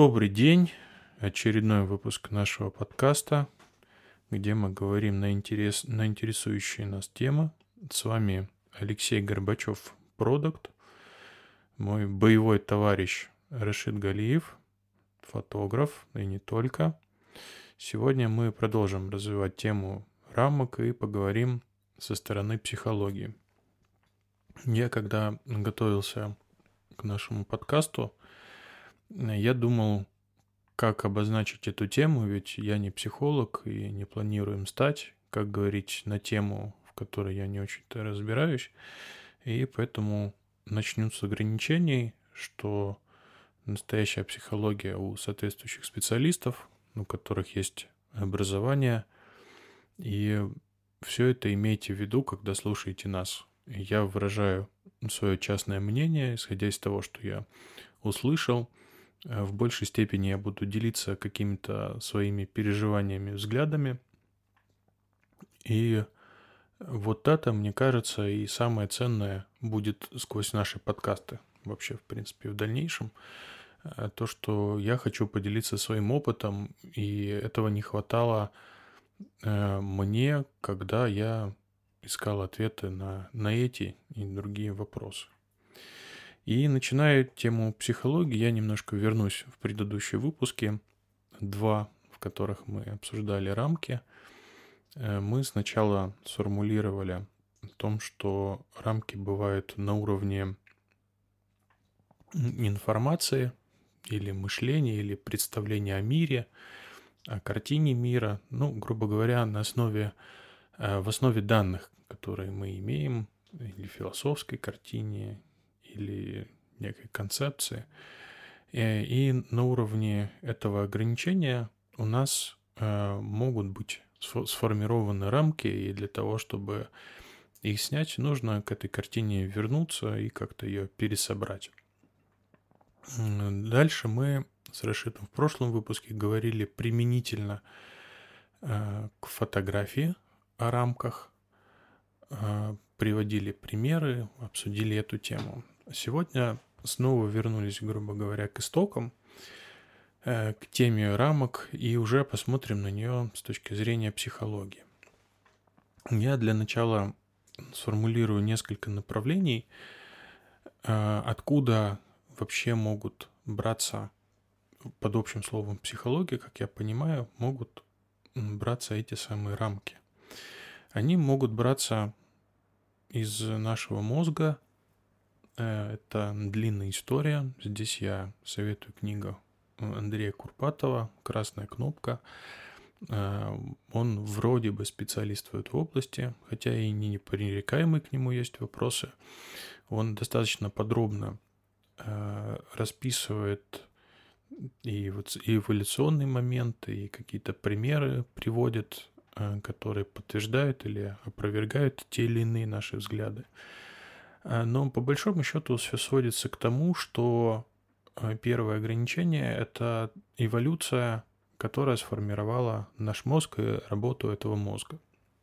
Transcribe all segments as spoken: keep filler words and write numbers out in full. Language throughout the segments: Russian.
Добрый день. Очередной выпуск нашего подкаста, где мы говорим на, интерес, на интересующие нас темы. С вами Алексей Горбачев, продакт, мой боевой товарищ Рашид Галиев, фотограф, и не только. Сегодня мы продолжим развивать тему рамок и поговорим со стороны психологии. Я, когда готовился к нашему подкасту, я думал, как обозначить эту тему, ведь я не психолог и не планирую им стать, как говорить на тему, в которой я не очень-то разбираюсь, и поэтому начну с ограничений, что настоящая психология у соответствующих специалистов, у которых есть образование, и все это имейте в виду, когда слушаете нас. Я выражаю свое частное мнение, исходя из того, что я услышал. В большей степени я буду делиться какими-то своими переживаниями, взглядами. И вот это, мне кажется, и самое ценное будет сквозь наши подкасты. Вообще, в принципе, в дальнейшем. То, что я хочу поделиться своим опытом, и этого не хватало мне, когда я искал ответы на, на эти и другие вопросы. И начиная тему психологии, я немножко вернусь в предыдущие выпуски, два, в которых мы обсуждали рамки. Мы сначала сформулировали о том, что рамки бывают на уровне информации или мышления, или представления о мире, о картине мира, ну, грубо говоря, на основе, в основе данных, которые мы имеем, или философской картине, или некой концепции. И на уровне этого ограничения у нас могут быть сформированы рамки, и для того, чтобы их снять, нужно к этой картине вернуться и как-то ее пересобрать. Дальше мы с Рашидом в прошлом выпуске говорили применительно к фотографии о рамках, приводили примеры, обсудили эту тему. Сегодня снова вернулись, грубо говоря, к истокам, к теме рамок, и уже посмотрим на нее с точки зрения психологии. Я для начала сформулирую несколько направлений, откуда вообще могут браться, под общим словом психология, как я понимаю, могут браться эти самые рамки. Они могут браться из нашего мозга. Это длинная история. Здесь я советую книгу Андрея Курпатова «Красная кнопка». Он вроде бы специалист в этой области, хотя и не непререкаемые к нему есть вопросы. Он достаточно подробно расписывает и эволюционные моменты, и какие-то примеры приводит, которые подтверждают или опровергают те или иные наши взгляды. Но по большому счету все сводится к тому, что первое ограничение – это эволюция, которая сформировала наш мозг и работу этого мозга.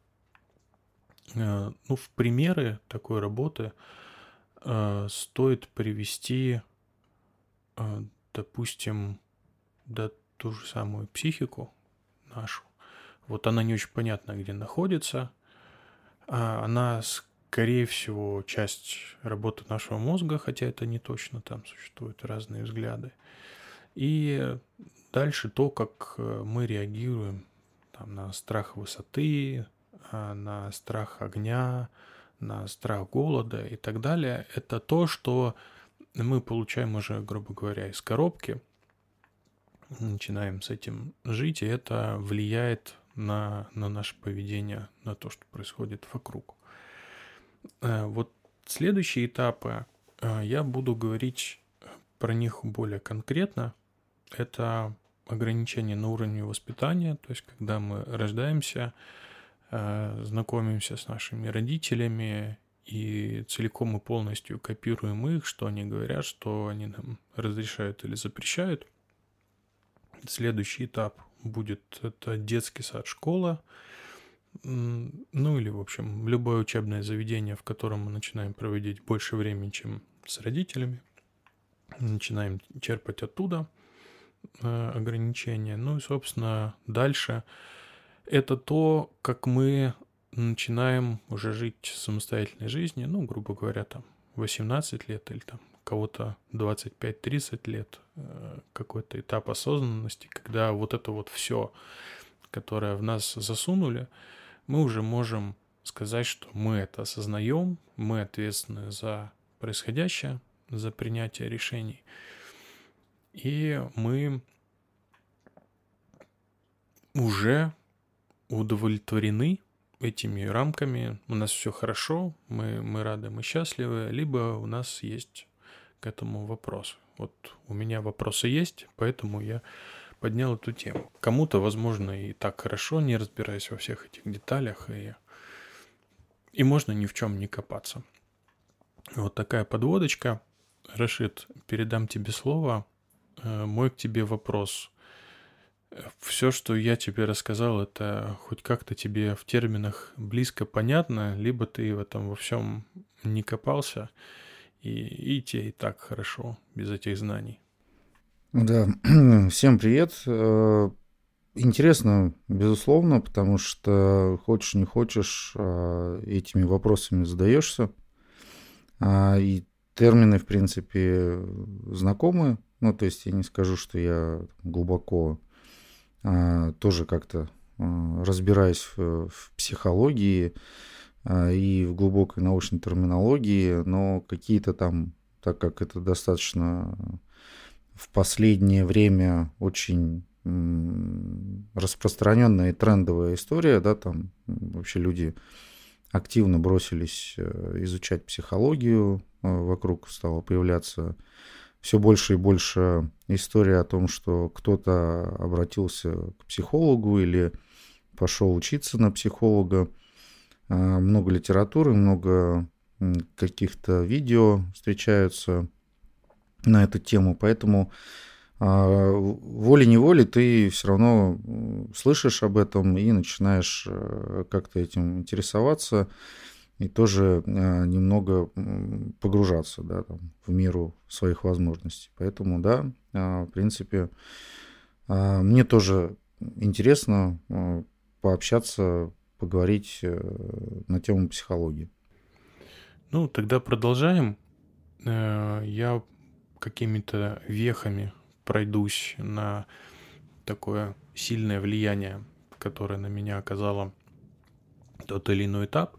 Ну, в примеры такой работы стоит привести, допустим, да, ту же самую психику нашу. Вот она не очень понятна, где находится. Она, скорее всего, часть работы нашего мозга, хотя это не точно, там существуют разные взгляды. И дальше то, как мы реагируем там, на страх высоты, на страх огня, на страх голода и так далее, это то, что мы получаем уже, грубо говоря, из коробки, начинаем с этим жить, и это влияет на, на наше поведение, на то, что происходит вокруг. Вот следующие этапы, я буду говорить про них более конкретно. Это ограничения на уровне воспитания, то есть когда мы рождаемся, знакомимся с нашими родителями и целиком и полностью копируем их, что они говорят, что они нам разрешают или запрещают. Следующий этап будет это детский сад, школа, ну или, в общем, любое учебное заведение, в котором мы начинаем проводить больше времени, чем с родителями, начинаем черпать оттуда. э, ограничения. Ну и, собственно, дальше это то, как мы начинаем уже жить самостоятельной жизнью, ну, грубо говоря, там восемнадцать лет или там у кого-то двадцать пять тридцать лет, э, какой-то этап осознанности, когда вот это вот все, которое в нас засунули, мы уже можем сказать, что мы это осознаем, мы ответственны за происходящее, за принятие решений, и мы уже удовлетворены этими рамками, у нас все хорошо, мы, мы рады, мы счастливы, либо у нас есть к этому вопрос. Вот у меня вопросы есть, поэтому я поднял эту тему. Кому-то, возможно, и так хорошо, не разбираясь во всех этих деталях, и, и можно ни в чем не копаться. Вот такая подводочка. Рашид, передам тебе слово. Э, Мой к тебе вопрос. Все, что я тебе рассказал, это хоть как-то тебе в терминах близко понятно, либо ты в этом во всем не копался, и, и тебе и так хорошо без этих знаний. Да, всем привет. Э, Интересно, безусловно, потому что хочешь не хочешь, а, этими вопросами задаешься. А, И термины, в принципе, знакомы. Ну, то есть я не скажу, что я глубоко а, тоже как-то а, разбираюсь в, в психологии а, и в глубокой научной терминологии, но какие-то там, так как это достаточно в последнее время очень м, распространенная и трендовая история, да, там м, вообще люди активно бросились э, изучать психологию, э, вокруг стало появляться все больше и больше история о том, что кто-то обратился к психологу или пошел учиться на психолога. А, Много литературы, много м, каких-то видео встречаются на эту тему, поэтому а, волей-неволей ты все равно м, слышишь об этом и начинаешь э, как-то этим интересоваться и тоже а, немного м, погружаться, да, там, в меру своих возможностей. Поэтому, да, а, в принципе, а, мне тоже интересно а, пообщаться, поговорить э, на тему психологии. Ну, тогда продолжаем. Э, Я какими-то вехами пройдусь на такое сильное влияние, которое на меня оказало тот или иной этап.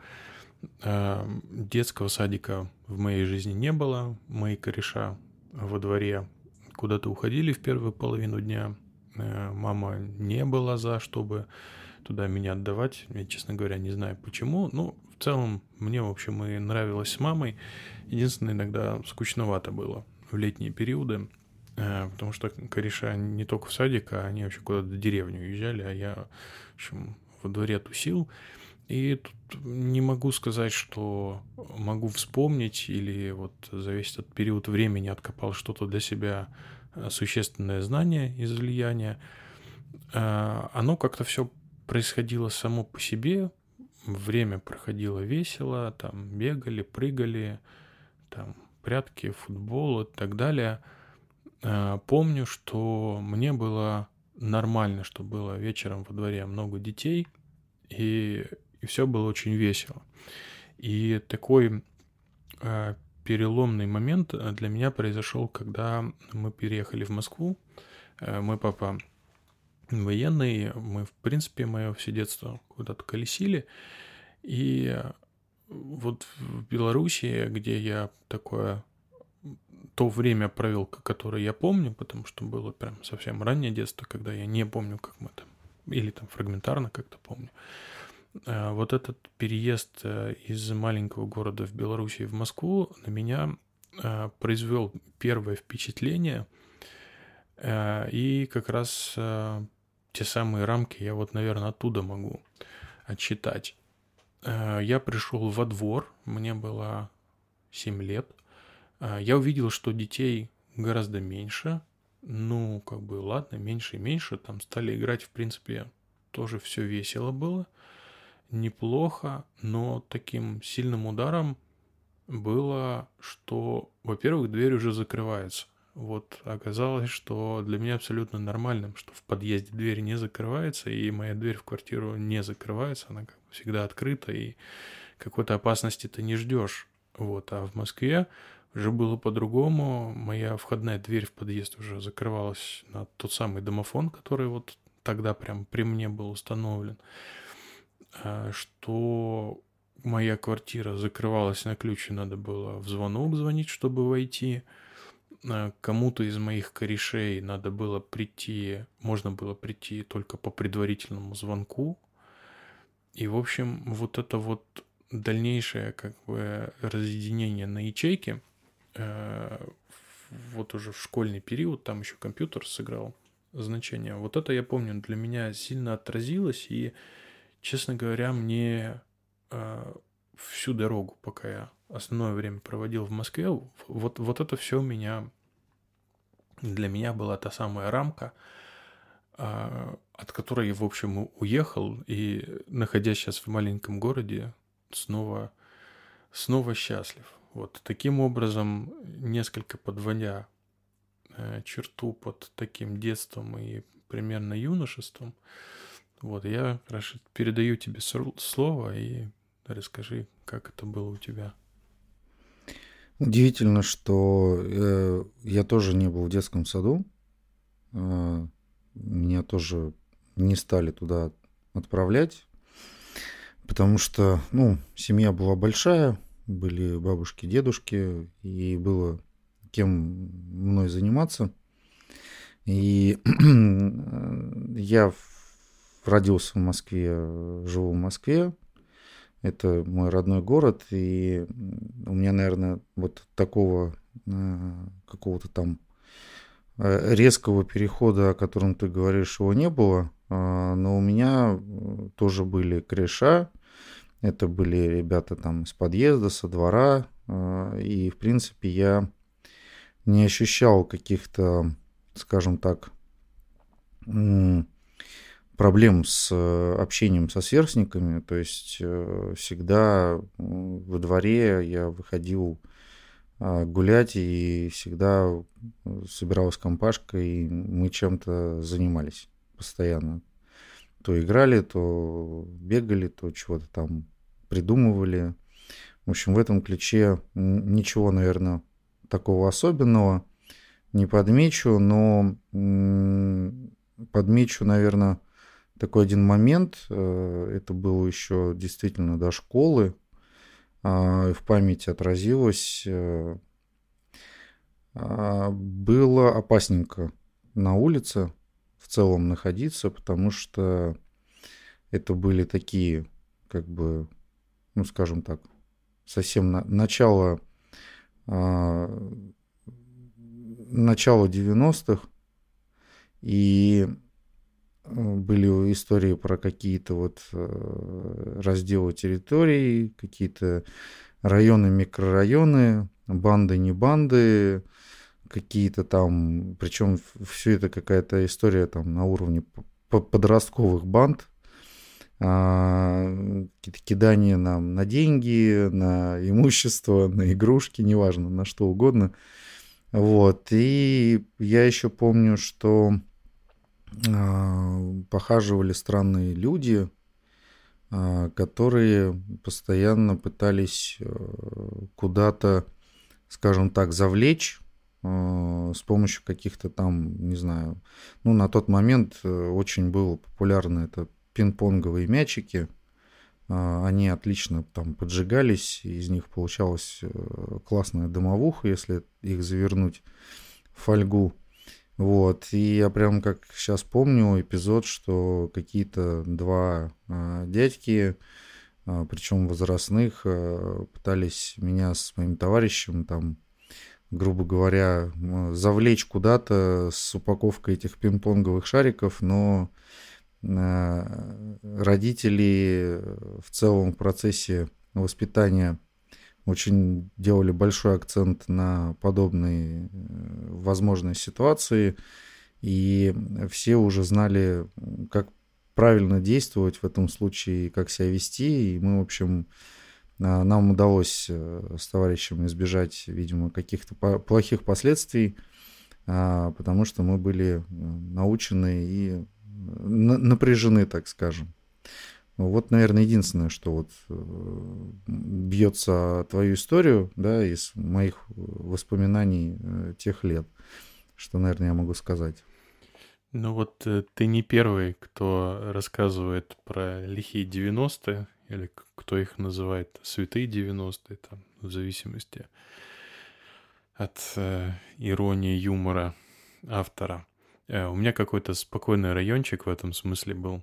Э, Детского садика в моей жизни не было. Мои кореша во дворе куда-то уходили в первую половину дня. Э, Мама не была за, чтобы туда меня отдавать. Я, честно говоря, не знаю почему. Ну, в целом, мне, в общем, и нравилось с мамой. Единственное, иногда скучновато было в летние периоды, э, потому что кореша не только в садик, а они вообще куда-то в деревню уезжали, а я, в общем, во дворе тусил. И тут не могу сказать, что могу вспомнить или вот за весь этот период времени откопал что-то для себя э, существенное знание из влияния. Э, Оно как-то все происходило само по себе, время проходило весело, там бегали, прыгали, там прятки, футбол и так далее. Э, Помню, что мне было нормально, что было вечером во дворе много детей, и, и все было очень весело. И такой э, переломный момент э, для меня произошел, когда мы переехали в Москву. Э, Мой папа военный, мы, в принципе, мое все детство куда-то колесили. И э, вот в Беларуси, где я такое то время провел, которое я помню, потому что было прям совсем раннее детство, когда я не помню, как мы там, или там фрагментарно как-то помню. Э, Вот этот переезд э, из маленького города в Беларуси в Москву на меня э, произвел первое впечатление, э, и как раз э, те самые рамки я вот, наверное, оттуда могу отчитать. Э, Я пришел во двор, мне было семь лет. Э, Я увидел, что детей гораздо меньше. Ну, как бы, ладно, меньше и меньше. Там стали играть, в принципе, тоже все весело было. Неплохо, но таким сильным ударом было, что, во-первых, дверь уже закрывается. Вот оказалось, что для меня абсолютно нормальным, что в подъезде дверь не закрывается, и моя дверь в квартиру не закрывается, она как бы всегда открыта, и какой-то опасности ты не ждешь. Вот, а в Москве уже было по-другому. Моя входная дверь в подъезд уже закрывалась на тот самый домофон, который вот тогда прям при мне был установлен, а, что моя квартира закрывалась на ключ, и надо было в звонок звонить, чтобы войти. А, Кому-то из моих корешей надо было прийти, можно было прийти только по предварительному звонку. И, в общем, вот это вот дальнейшее как бы разъединение на ячейки, э, вот уже в школьный период, там еще компьютер сыграл значение. Вот это, я помню, для меня сильно отразилось, и, честно говоря, мне э, всю дорогу, пока я основное время проводил в Москве, вот, вот это все меня, для меня была та самая рамка, а, от которой я, в общем, у- уехал, и, находясь сейчас в маленьком городе, снова, снова счастлив. Вот таким образом, несколько подводя э, черту под таким детством и примерно юношеством, вот я хорошо, передаю тебе сру- слово, и расскажи, как это было у тебя. Удивительно, что э, я тоже не был в детском саду. Э, меня тоже не стали туда отправлять, потому что, ну, семья была большая, были бабушки, дедушки, и было кем мной заниматься. И я в- родился в Москве, э, живу в Москве. Это мой родной город, и м, у меня, наверное, вот такого э, какого-то там э, резкого перехода, о котором ты говоришь, его не было. А, Но у меня э, тоже были кореша. Это были ребята там из подъезда, со двора. а, И, в принципе, я не ощущал каких-то, скажем так, м, проблем с э, общением со сверстниками. То есть э, всегда э, во дворе я выходил а, гулять и всегда э, собиралась компашка, и мы чем-то занимались постоянно. То играли, то бегали, то чего-то там придумывали. В общем, в этом ключе м, ничего, наверное, такого особенного не подмечу, но м, подмечу, наверное, такой один момент. э, Это было еще действительно до школы. а, и В памяти отразилось. э, а, Было опасненько на улице в целом находиться, потому что это были такие, как бы, ну, скажем так, совсем на- начало, а, начало девяностых, и э, были истории про какие-то вот э, разделы территорий, какие-то районы, микрорайоны, банды, не банды, какие-то там, причем все это какая-то история там на уровне п- п- подростковых банд, а, какие-то кидания нам на деньги, на имущество, на игрушки, неважно, на что угодно. Вот. И я еще помню, что а, похаживали странные люди, а, которые постоянно пытались э, куда-то, скажем так, завлечь э, с помощью каких-то там, не знаю, ну, на тот момент э, очень было популярно это пинг-понговые мячики. А, Они отлично там поджигались, и из них получалась э, классная дымовуха, если их завернуть в фольгу. Вот, и я прям как сейчас помню эпизод, что какие-то два а, дядьки, а, причем возрастных, а, пытались меня с моим товарищем там, грубо говоря, м, завлечь куда-то с упаковкой этих пинг-понговых шариков, но а, родители в целом в процессе воспитания очень делали большой акцент на подобные э, возможные ситуации, и все уже знали, как правильно действовать в этом случае, как себя вести. И мы, в общем, а, нам удалось э, с товарищем избежать, видимо, каких-то по- плохих последствий. а, потому что мы были научены и напряжены, так скажем. Вот, наверное, единственное, что вот бьется твою историю, да, из моих воспоминаний тех лет, что, наверное, я могу сказать. Ну вот э, ты не первый, кто рассказывает про лихие девяностые, или к- кто их называет святые девяностые, там, в зависимости от э, иронии, юмора автора. Э, у меня какой-то спокойный райончик в этом смысле был.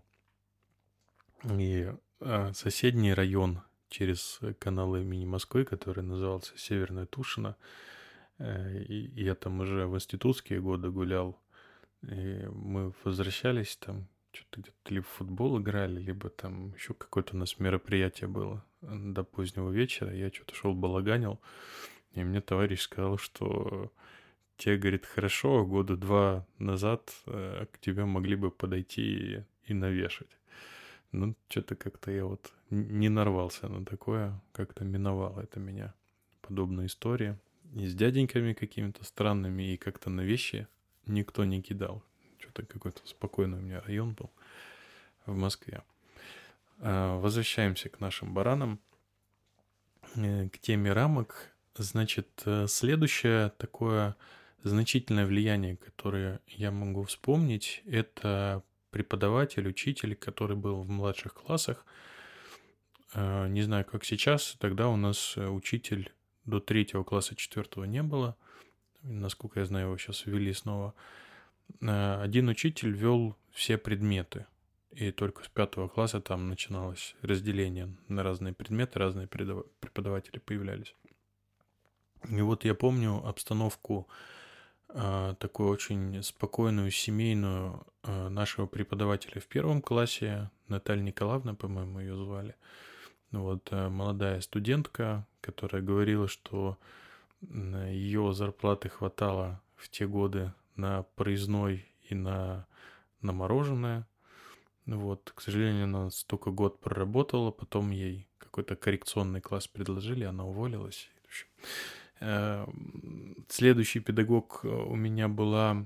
И э, соседний район через канал имени Москвы, который назывался Северная Тушина, э, и, и я там уже в институтские годы гулял, и мы возвращались там, что-то где-то либо в футбол играли, либо там еще какое-то у нас мероприятие было до позднего вечера. Я что-то шел балаганил, и мне товарищ сказал, что тебе, говорит, хорошо, года два назад э, к тебе могли бы подойти и, и навешать. Ну, что-то как-то я вот не нарвался на такое, как-то миновало это меня. Подобная история. И с дяденьками какими-то странными, и как-то на вещи никто не кидал. Что-то какой-то спокойный у меня район был в Москве. А, возвращаемся к нашим баранам, э, к теме рамок. Значит, э, следующее такое значительное влияние, которое я могу вспомнить, это преподаватель, учитель, который был в младших классах. Э, Не знаю, как сейчас, тогда у нас э, учитель до третьего класса, четвертого не было. Насколько я знаю, его сейчас ввели снова. Э, Один учитель вел все предметы. И только с пятого класса там начиналось разделение на разные предметы, разные предава- преподаватели появлялись. И вот я помню обстановку э, такую очень спокойную, семейную э, нашего преподавателя в первом классе, Наталья Николаевна, по-моему, ее звали. Вот э, молодая студентка, которая говорила, что ее зарплаты хватало в те годы на проездной и на, на мороженое. Вот, к сожалению, она столько год проработала, потом ей какой-то коррекционный класс предложили, она уволилась. В общем, э, следующий педагог у меня была...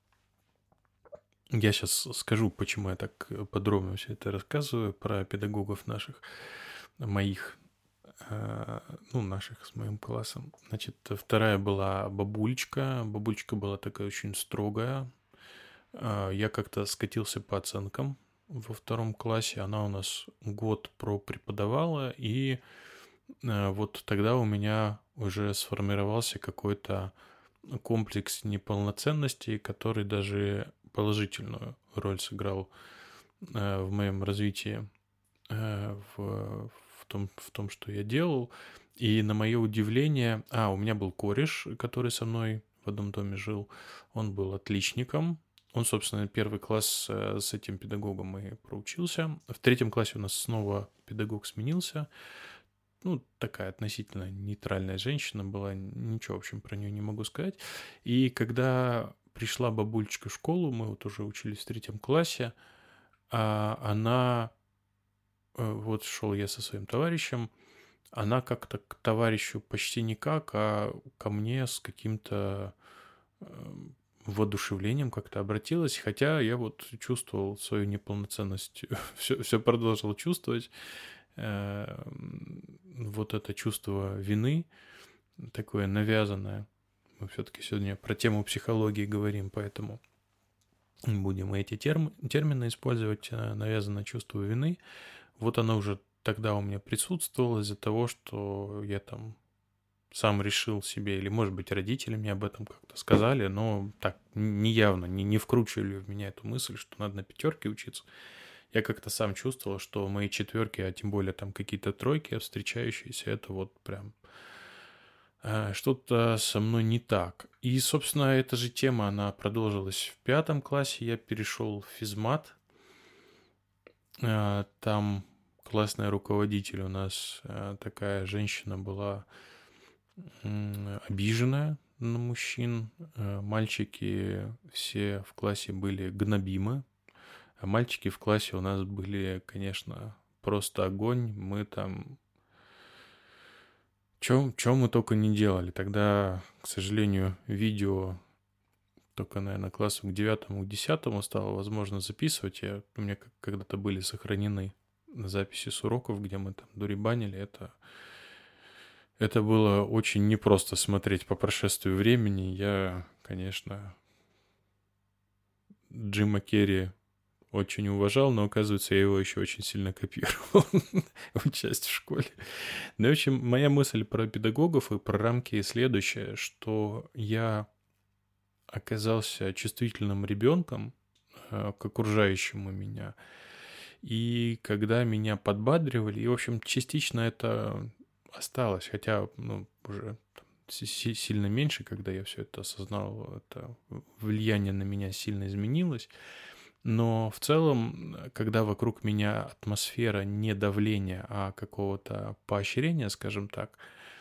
Я сейчас скажу, почему я так подробно все это рассказываю про педагогов наших, моих, э, ну, наших с моим классом. Значит, вторая была бабулечка. Бабулечка была такая очень строгая. Э, Я как-то скатился по оценкам во втором классе. Она у нас год пропреподавала, и э, вот тогда у меня уже сформировался какой-то комплекс неполноценности, который даже положительную роль сыграл э, в моем развитии, э, в, в, том, в том, что я делал. И на мое удивление... А, у меня был кореш, который со мной в одном доме жил. Он был отличником. Он, собственно, первый класс э, с этим педагогом и проучился. В третьем классе у нас снова педагог сменился. Ну, такая относительно нейтральная женщина была. Ничего, в общем, про нее не могу сказать. И когда пришла бабулечка в школу, мы вот уже учились в третьем классе, а она... э, Вот шел я со своим товарищем, она как-то к товарищу почти никак, а ко мне с каким-то э, воодушевлением как-то обратилась, хотя я вот чувствовал свою неполноценность, все, все продолжил чувствовать, э, вот это чувство вины, такое навязанное. Мы все-таки сегодня про тему психологии говорим, поэтому будем эти терм, термины использовать, э, навязанное чувство вины. Вот оно уже тогда у меня присутствовало из-за того, что я там сам решил себе, или, может быть, родители мне об этом как-то сказали, но так неявно, не, не вкручивали в меня эту мысль, что надо на пятерке учиться. Я как-то сам чувствовал, что мои четверки, а тем более там какие-то тройки встречающиеся, это вот прям э, что-то со мной не так. И, собственно, эта же тема, она продолжилась в пятом классе. Я перешел в физмат. Э, Там классная руководитель у нас, э, такая женщина была м, обиженная на мужчин. Э, Мальчики все в классе были гнобимы. А мальчики в классе у нас были, конечно, просто огонь. Мы там... Чем, чем мы только не делали. Тогда, к сожалению, видео только, наверное, классу к девятому, к десятому стало возможно записывать. Я, у меня когда-то были сохранены записи с уроков, где мы там дуребанили. Это, это было очень непросто смотреть по прошествию времени. Я, конечно, Джима Керри очень уважал, но, оказывается, я его еще очень сильно копировал, участь в школе. Ну, в общем, моя мысль про педагогов и про рамки следующая, что я оказался чувствительным ребенком э, к окружающему меня. И когда меня подбадривали, и, в общем, частично это осталось, хотя, ну, уже там, сильно меньше, когда я все это осознал, это влияние на меня сильно изменилось. Но в целом, когда вокруг меня атмосфера не давления, а какого-то поощрения, скажем так,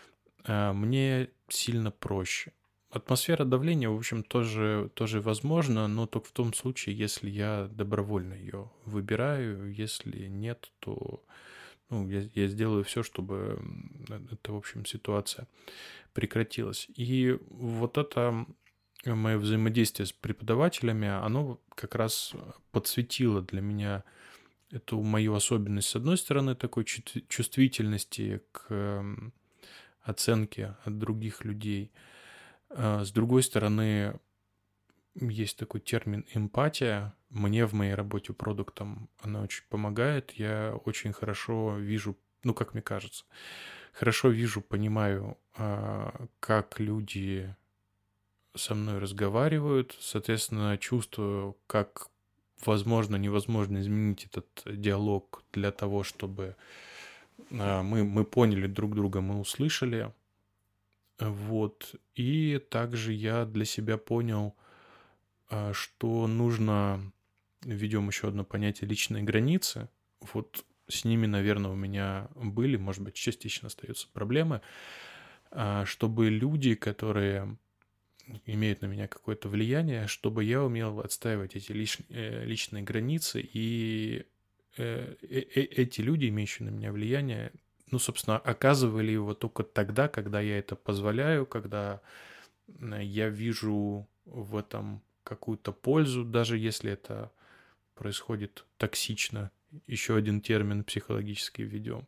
мне сильно проще. Атмосфера давления, в общем, тоже, тоже возможно, но только в том случае, если я добровольно ее выбираю. Если нет, то ну, я, я сделаю все, чтобы эта, в общем, ситуация прекратилась. И вот это мое взаимодействие с преподавателями, оно как раз подсветило для меня эту мою особенность, с одной стороны, такой чувствительности к оценке от других людей. С другой стороны, есть такой термин эмпатия. Мне в моей работе продуктом она очень помогает. Я очень хорошо вижу, ну, как мне кажется, хорошо вижу, понимаю, как люди со мной разговаривают, соответственно, чувствую, как возможно, невозможно изменить этот диалог для того, чтобы мы, мы поняли друг друга, мы услышали. Вот. И также я для себя понял, что нужно, введем еще одно понятие, личные границы. Вот с ними, наверное, у меня были, может быть, частично остаются проблемы, чтобы люди, которые имеют на меня какое-то влияние, чтобы я умел отстаивать эти лиш... личные границы, и эти люди, имеющие на меня влияние, ну, собственно, оказывали его только тогда, когда я это позволяю, когда я вижу в этом какую-то пользу, даже если это происходит токсично. Еще один термин психологически введем.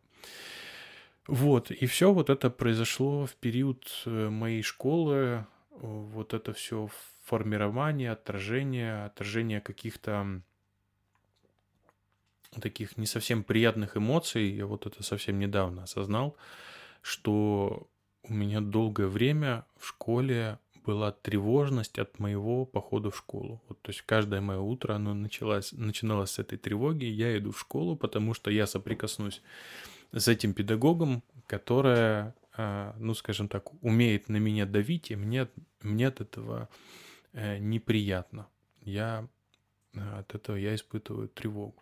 Вот, и все вот это произошло в период моей школы, вот это все формирование, отражение, отражение каких-то таких не совсем приятных эмоций. Я вот это совсем недавно осознал, что у меня долгое время в школе была тревожность от моего похода в школу. Вот, то есть каждое мое утро оно началось, начиналось с этой тревоги. Я иду в школу, потому что я соприкоснусь с этим педагогом, которая, ну, скажем так, умеет на меня давить, и мне, мне от этого неприятно. Я, от этого я испытываю тревогу.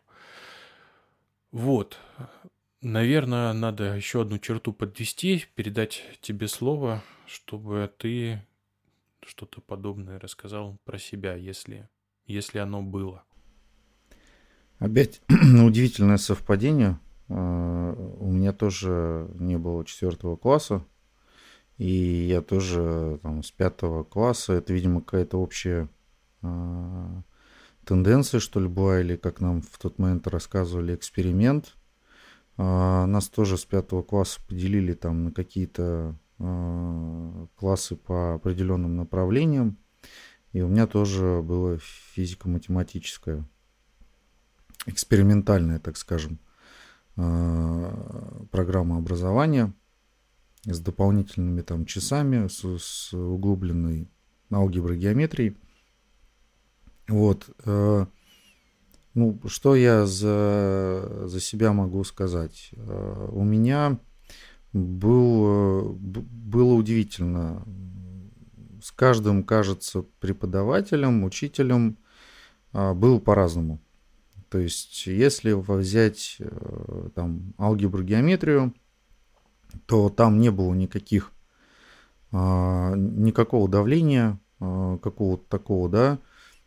Вот. Наверное, надо еще одну черту подвести, передать тебе слово, чтобы ты что-то подобное рассказал про себя, если, если оно было. Опять удивительное совпадение. У меня тоже не было четвертого класса, и я тоже там, с пятого класса, это, видимо, какая-то общая а, тенденция, что ли, была, или, как нам в тот момент рассказывали, эксперимент. А, нас тоже с пятого класса поделили там на какие-то а, классы по определенным направлениям, и у меня тоже было физико-математическое, экспериментальная, так скажем, программа образования с дополнительными там часами, с, с углубленной алгеброй, геометрией. Вот. Ну, что я за, за себя могу сказать? У меня был, было удивительно. С каждым, кажется, преподавателем, учителем было по-разному. То есть, если взять там алгебру, геометрию, то там не было никаких, никакого давления, какого-то такого, да,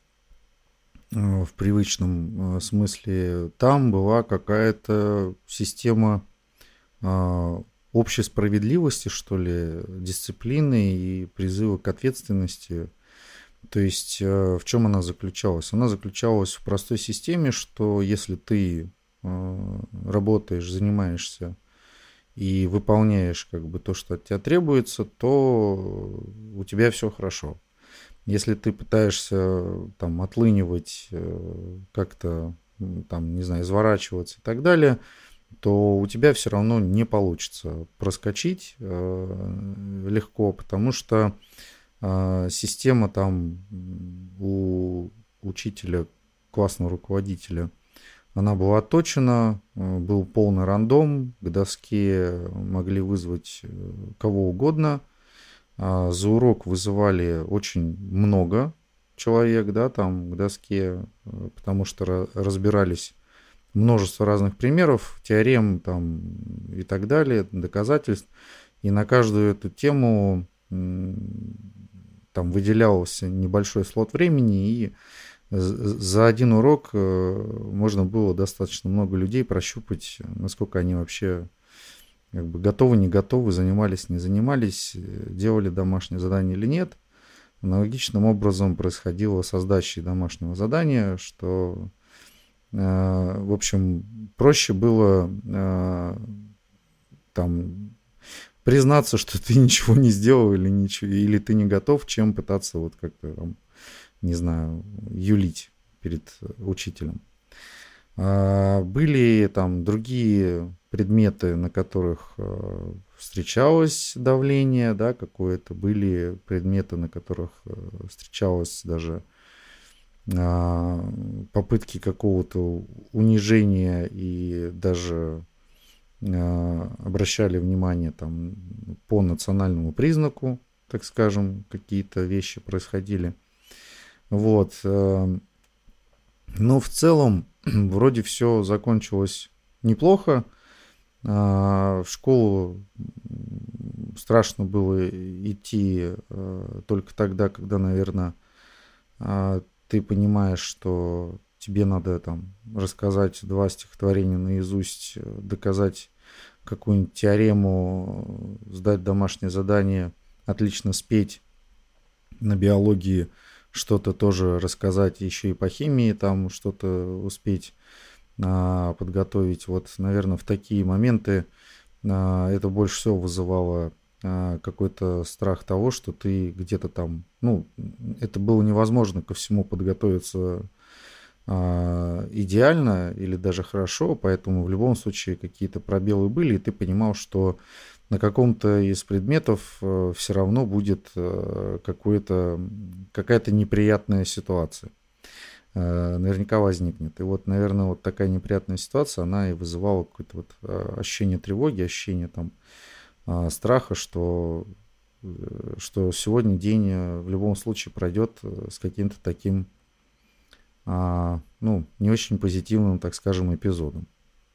в привычном смысле. Там была какая-то система общей справедливости, что ли, дисциплины и призыва к ответственности. То есть в чем она заключалась? Она заключалась в простой системе, что если ты работаешь, занимаешься и выполняешь как бы то, что от тебя требуется, то у тебя все хорошо. Если ты пытаешься там отлынивать, как-то там, не знаю, изворачиваться и так далее, то у тебя все равно не получится проскочить э, легко, потому что э, система там у учителя, классного руководителя, она была отточена, э, был полный рандом, к доске могли вызвать кого угодно, а за урок вызывали очень много человек, да, там к доске, потому что разбирались множество разных примеров, теорем там и так далее, доказательств. И на каждую эту тему там выделялся небольшой слот времени, и за один урок можно было достаточно много людей прощупать, насколько они вообще как бы готовы, не готовы, занимались, не занимались, делали домашнее задание или нет. Аналогичным образом происходило со сдачей домашнего задания, что, в общем, проще было там признаться, что ты ничего не сделал или, ничего, или ты не готов, чем пытаться вот как-то там, не знаю, юлить перед учителем. Были там другие предметы, на которых встречалось давление, да, какое-то, были предметы, на которых встречалось даже попытки какого-то унижения и даже обращали внимание там по национальному признаку, так скажем, какие-то вещи происходили. Вот. Но в целом вроде все закончилось неплохо. В школу страшно было идти только тогда, когда, наверное, ты понимаешь, что тебе надо там рассказать два стихотворения наизусть, доказать какую-нибудь теорему, сдать домашнее задание, отлично спеть на биологии, что-то тоже рассказать, еще и по химии там что-то успеть а, подготовить. Вот, наверное, в такие моменты а, это больше всего вызывало а, какой-то страх того, что ты где-то там, ну, это было невозможно ко всему подготовиться а, идеально или даже хорошо, поэтому в любом случае какие-то пробелы были, и ты понимал, что на каком-то из предметов э, все равно будет э, какое-то, какая-то неприятная ситуация. Э, наверняка возникнет. И вот, наверное, вот такая неприятная ситуация, она и вызывала какое-то вот э, ощущение тревоги, ощущение там э, страха, что, э, что сегодня день э, в любом случае пройдет э, с каким-то таким, э, ну, не очень позитивным, так скажем, эпизодом.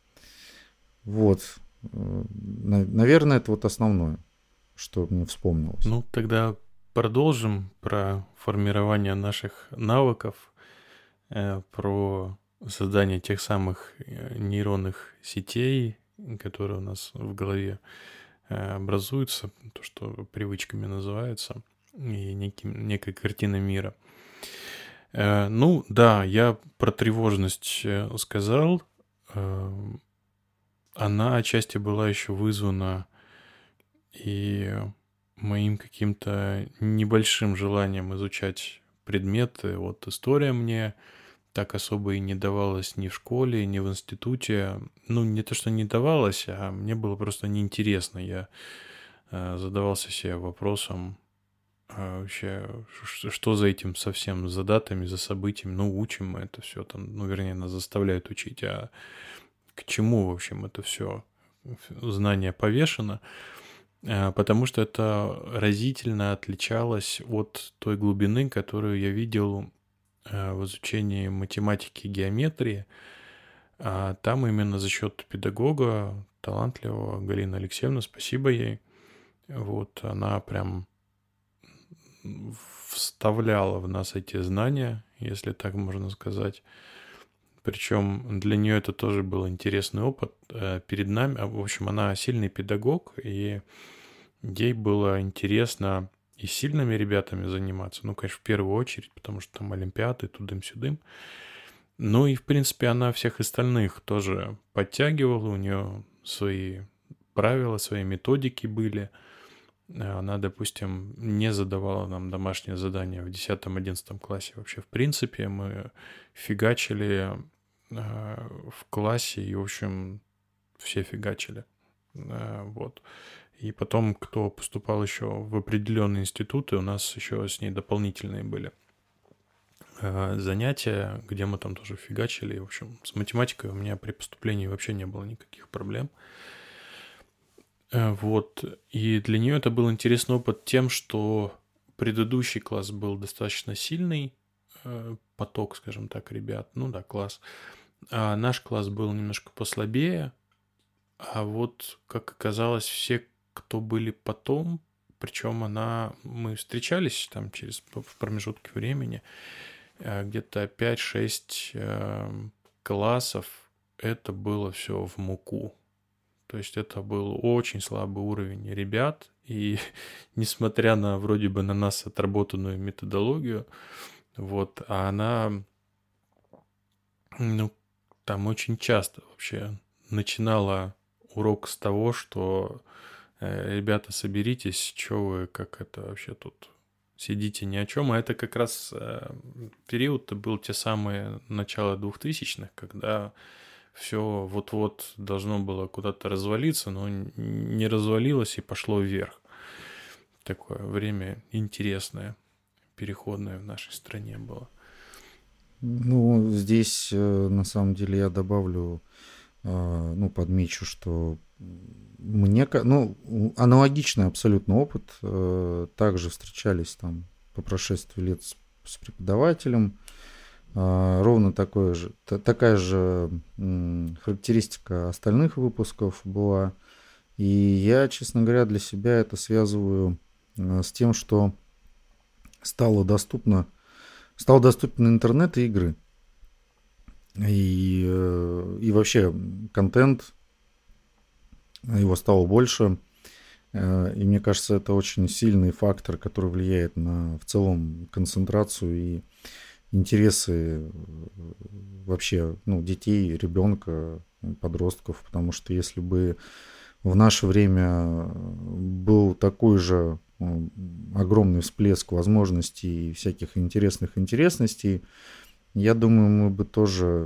Вот. Наверное, это вот основное, что мне вспомнилось. Ну, тогда продолжим про формирование наших навыков, э, про создание тех самых нейронных сетей, которые у нас в голове э, образуются, то, что привычками называется, и неким, некой картиной мира. Э, ну, да, я про тревожность сказал. Э, Она отчасти была еще вызвана и моим каким-то небольшим желанием изучать предметы. Вот история мне так особо и не давалась ни в школе, ни в институте. Ну, не то, что не давалась, а мне было просто неинтересно. Я э, задавался себе вопросом, э, вообще, ш- что за этим совсем, за датами, за событиями. Ну, учим мы это все там, ну, вернее, нас заставляют учить, а к чему, в общем, это все знание повешено, потому что это разительно отличалось от той глубины, которую я видел в изучении математики и геометрии. Там именно за счет педагога, талантливого, Галины Алексеевны, спасибо ей, вот она прям вставляла в нас эти знания, если так можно сказать. Причем для нее это тоже был интересный опыт. Перед нами, в общем, она сильный педагог, и ей было интересно и сильными ребятами заниматься. Ну, конечно, в первую очередь, потому что там олимпиады, тудым-сюдым. Ну и, в принципе, она всех остальных тоже подтягивала. У нее свои правила, свои методики были. Она, допустим, не задавала нам домашнее задание в десятом-одиннадцатом классе. Вообще, в принципе, мы фигачили э, в классе, и, в общем, все фигачили. Э, вот. И потом, кто поступал еще в определенные институты, у нас еще с ней дополнительные были э, занятия, где мы там тоже фигачили. В общем, с математикой у меня при поступлении вообще не было никаких проблем. Вот. И для нее это был интересный опыт тем, что предыдущий класс был достаточно сильный, поток, скажем так, ребят. Ну да, класс. А наш класс был немножко послабее. А вот, как оказалось, все, кто были потом, причем она, мы встречались там через в промежутке времени, где-то пять-шесть классов, это было все в муку. То есть это был очень слабый уровень ребят, и несмотря на вроде бы на нас отработанную методологию, вот, а она, ну, там очень часто вообще начинала урок с того, что э, ребята, соберитесь, что вы, как это вообще тут сидите ни о чем. А это как раз э, период-то был те самые начало двухтысячных, когда все вот-вот должно было куда-то развалиться, но не развалилось и пошло вверх. Такое время интересное, переходное в нашей стране было. Ну, здесь, на самом деле, я добавлю, ну, подмечу, что мне, ну, аналогичный абсолютно опыт. Также встречались там по прошествии лет с, с преподавателем. Ровно такое же, такая же характеристика остальных выпусков была. И я, честно говоря, для себя это связываю с тем, что стало доступно, стал доступен интернет и игры. И, и вообще контент, его стало больше. И мне кажется, это очень сильный фактор, который влияет на в целом концентрацию и интересы вообще, ну, детей, ребенка, подростков, потому что если бы в наше время был такой же огромный всплеск возможностей и всяких интересных интересностей, я думаю, мы бы тоже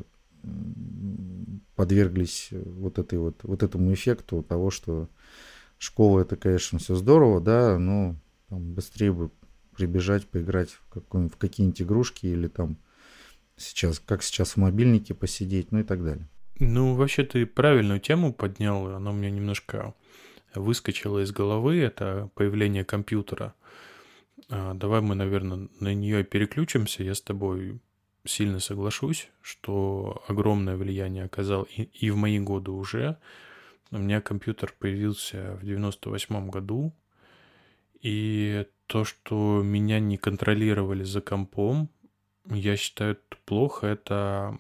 подверглись вот, этой вот, вот этому эффекту того, что школа — это, конечно, все здорово, да, но там быстрее бы прибежать, поиграть в, в какие-нибудь игрушки или там сейчас, как сейчас в мобильнике посидеть, ну и так далее. Ну, вообще ты правильную тему поднял, она у меня немножко выскочила из головы, это появление компьютера. А, давай мы, наверное, на нее переключимся, я с тобой сильно соглашусь, что огромное влияние оказал и, и в мои годы уже. У меня компьютер появился в девяносто восьмом году, и то, что меня не контролировали за компом, я считаю, это плохо. Это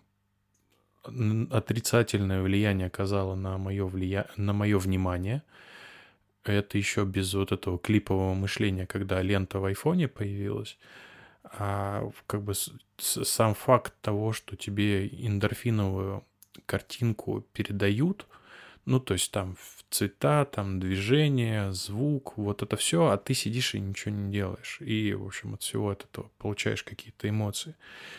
отрицательное влияние оказало на мое, влия... на мое внимание. Это еще без вот этого клипового мышления, когда лента в айфоне появилась. А как бы сам факт того, что тебе эндорфиновую картинку передают, ну, то есть там цвета, там движение, звук, вот это все, а ты сидишь и ничего не делаешь. И, в общем, от всего от этого получаешь какие-то эмоции.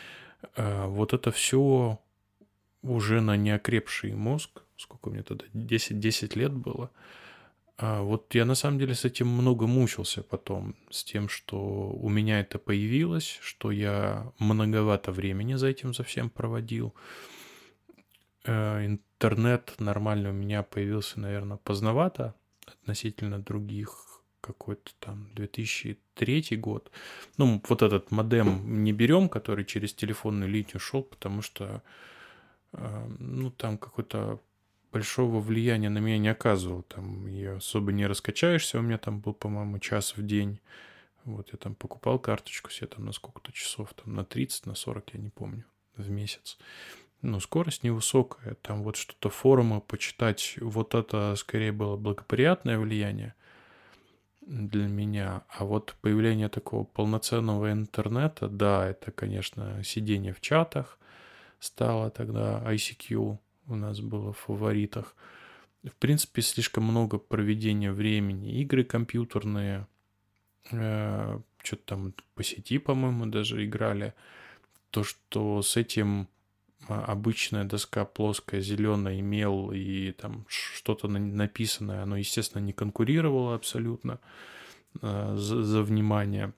Вот это все уже на неокрепший мозг, сколько мне тогда, десять лет было. Вот я на самом деле с этим много мучился потом, с тем, что у меня это появилось, что я многовато времени за этим совсем проводил. Интернет нормально у меня появился, наверное, поздновато относительно других, какой-то там две тысячи третий год. Ну, вот этот модем не берем, который через телефонную линию шел, потому что, ну, там какой-то большого влияния на меня не оказывал. Там ее особо не раскачаешься. У меня там был, по-моему, час в день. Вот я там покупал карточку себе там на сколько-то часов, там на тридцать, на сорок, я не помню, в месяц. Ну, скорость невысокая. Там вот что-то форумы почитать, вот это скорее было благоприятное влияние. для меня. А вот появление такого полноценного интернета, да, это, конечно, сидение в чатах стало тогда, ай си кью у нас было в фаворитах. В принципе, слишком много проведения времени, игры компьютерные, э, что-то там по сети, по-моему, даже играли. То, что с этим обычная доска плоская, зеленая, имел и там что-то написанное, оно, естественно, не конкурировало абсолютно э, за, за внимание.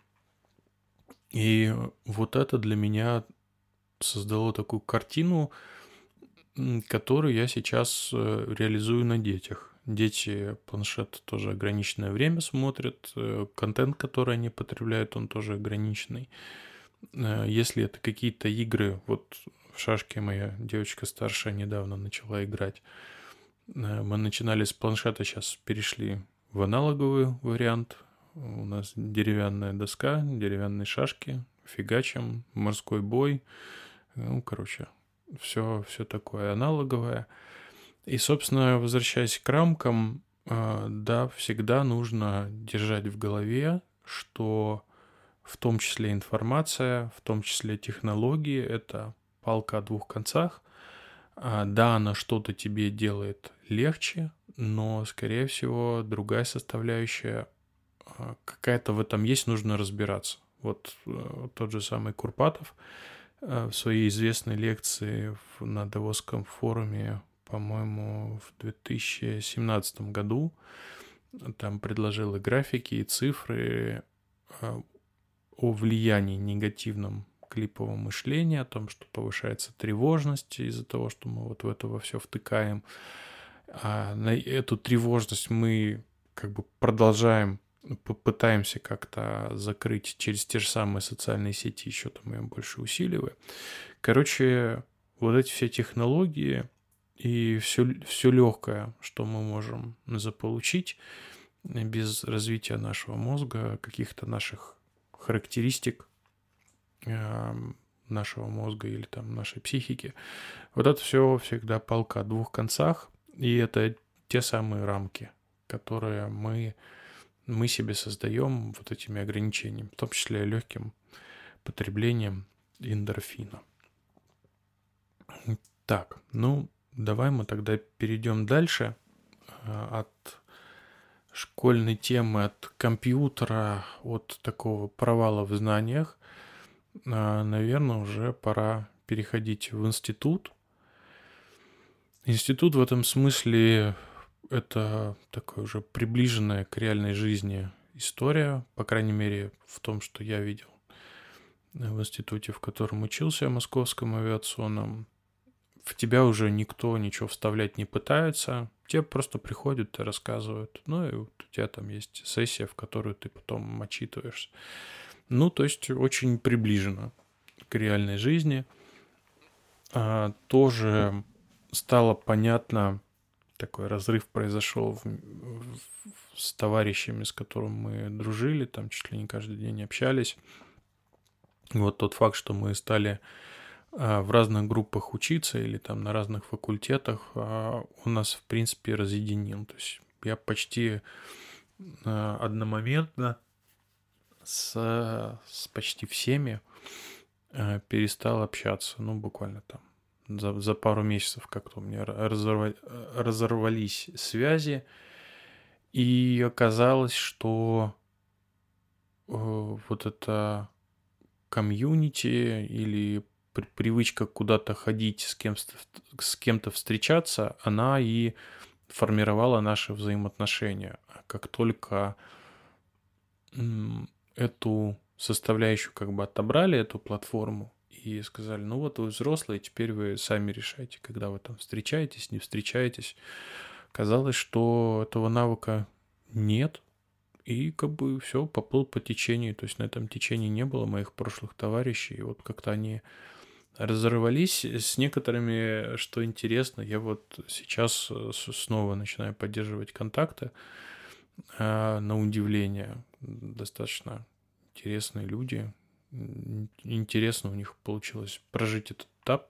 И вот это для меня создало такую картину, которую я сейчас э, реализую на детях. Дети планшет тоже ограниченное время смотрят, э, контент, который они потребляют, он тоже ограниченный. Э, если это какие-то игры, вот в шашки моя девочка старшая недавно начала играть. Э, мы начинали с планшета, сейчас перешли в аналоговый вариант. У нас деревянная доска, деревянные шашки, фигачим, морской бой. Ну, короче, все, все такое аналоговое. И, собственно, возвращаясь к рамкам, э, да, всегда нужно держать в голове, что в том числе информация, в том числе технологии, это палка о двух концах. А, да, она что-то тебе делает легче, но, скорее всего, другая составляющая а, какая-то в этом есть, нужно разбираться. Вот э, тот же самый Курпатов в своей известной лекции на Давосском форуме, по-моему, в две тысячи семнадцатом году там предложил и графики, и цифры о влиянии негативном клипового мышления, о том, что повышается тревожность из-за того, что мы вот в это во все втыкаем. А на эту тревожность мы как бы продолжаем, пытаемся как-то закрыть через те же самые социальные сети, еще там ее больше усиливая. Короче, вот эти все технологии и все, все легкое, что мы можем заполучить без развития нашего мозга, каких-то наших характеристик э, нашего мозга или там нашей психики. Вот это все всегда палка о двух концах, и это те самые рамки, которые мы мы себе создаем вот этими ограничениями, в том числе легким потреблением эндорфина. Так, ну, давай мы тогда перейдем дальше от школьной темы, от компьютера, от такого провала в знаниях. Наверное, уже пора переходить в институт. Институт в этом смысле это такая уже приближенная к реальной жизни история, по крайней мере, в том, что я видел в институте, в котором учился, Московском авиационном. В тебя уже никто ничего вставлять не пытается, тебе просто приходят и рассказывают. Ну и вот у тебя там есть сессия, в которую ты потом отчитываешься. Ну, то есть очень приближено к реальной жизни. А, тоже стало понятно, такой разрыв произошел в, в, с товарищами, с которыми мы дружили, там чуть ли не каждый день общались. Вот тот факт, что мы стали а, в разных группах учиться или там на разных факультетах, а, он нас, в принципе, разъединил. То есть я почти а, одномоментно с, с почти всеми а, перестал общаться, ну, буквально там За, за пару месяцев как-то у меня разорвали, разорвались связи, и оказалось, что э, вот это комьюнити или при, привычка куда-то ходить, с, кем, с кем-то встречаться, она и формировала наши взаимоотношения. Как только м, эту составляющую как бы отобрали, эту платформу, и сказали, ну вот вы взрослые, теперь вы сами решайте, когда вы там встречаетесь, не встречаетесь. Казалось, что этого навыка нет, и как бы все, поплыл по течению. То есть на этом течении не было моих прошлых товарищей, и вот как-то они разорвались. С некоторыми, что интересно, я вот сейчас снова начинаю поддерживать контакты, на удивление, достаточно интересные люди. Интересно у них получилось прожить этот этап.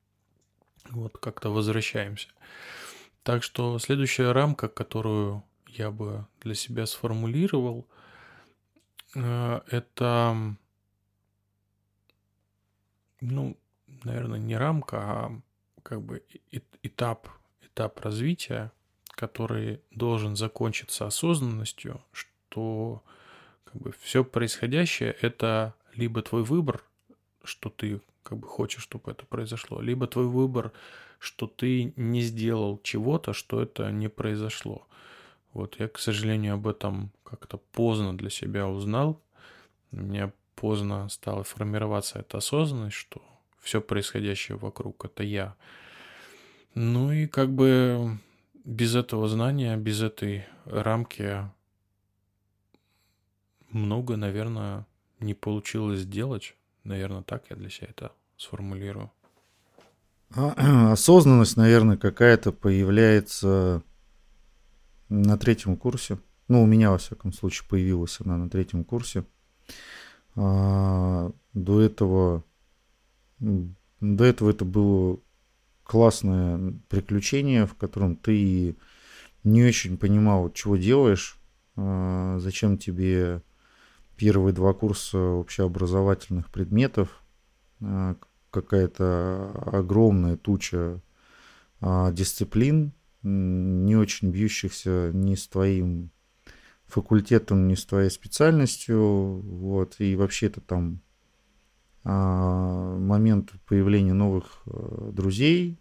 Вот как-то возвращаемся. Так что следующая рамка, которую я бы для себя сформулировал, э, это, ну, наверное, не рамка, а как бы и- этап, этап развития, который должен закончиться осознанностью, что как бы все происходящее — это либо твой выбор, что ты как бы хочешь, чтобы это произошло, либо твой выбор, что ты не сделал чего-то, что это не произошло. Вот я, к сожалению, об этом как-то поздно для себя узнал. У меня поздно стала формироваться эта осознанность, что все происходящее вокруг — это я. Ну и как бы без этого знания, без этой рамки много, наверное, не получилось сделать. Наверное, так я для себя это сформулирую. А, Осознанность, наверное, какая-то появляется на третьем курсе. Ну, у меня, во всяком случае, появилась она на третьем курсе. А, до этого, м, до этого это было классное приключение, в котором ты не очень понимал, чего делаешь, а, зачем тебе первые два курса общеобразовательных предметов, а, какая-то огромная туча а, дисциплин, м, не очень бьющихся ни с твоим факультетом, ни с твоей специальностью, вот, и вообще это там а, момент появления новых э, друзей.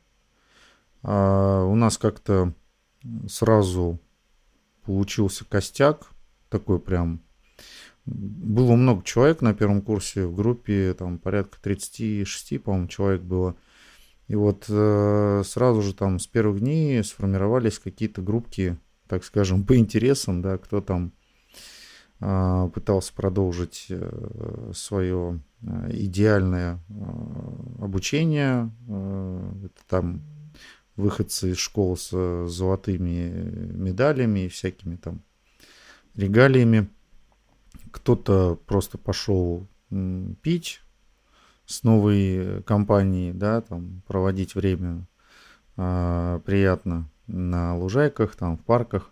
А, у нас как-то сразу получился костяк, такой прям. Было много человек на первом курсе, в группе там порядка тридцать шесть, по-моему, человек было. И вот э, сразу же там с первых дней сформировались какие-то группки, так скажем, по интересам, да, кто там э, пытался продолжить э, свое э, идеальное э, обучение. Э, это там выходцы из школ с золотыми медалями и всякими там регалиями. Кто-то просто пошел м, пить с новой компанией, да, там проводить время а, приятно на лужайках, там в парках,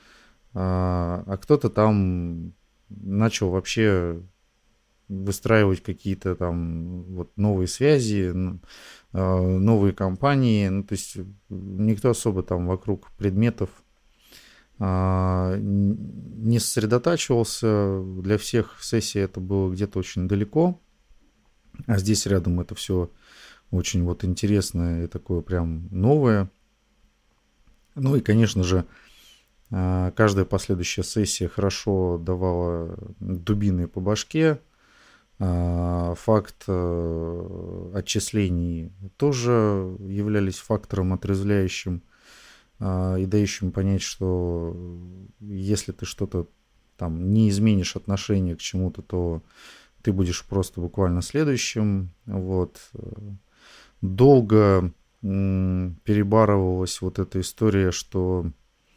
а, а кто-то там начал вообще выстраивать какие-то там вот новые связи, н- а, новые компании, ну, то есть никто особо там вокруг предметов а, н- не сосредотачивался, для всех сессия это было где-то очень далеко, а здесь рядом это все очень вот интересное и такое прям новое. Ну и, конечно же, а, каждая последующая сессия хорошо давала дубиной по башке. А, Факт э, отчислений тоже являлись фактором отрезвляющим а, и дающим понять, что если ты что-то там не изменишь отношение к чему-то, то ты будешь просто буквально следующим. Вот. Долго м, перебарывалась вот эта история, что,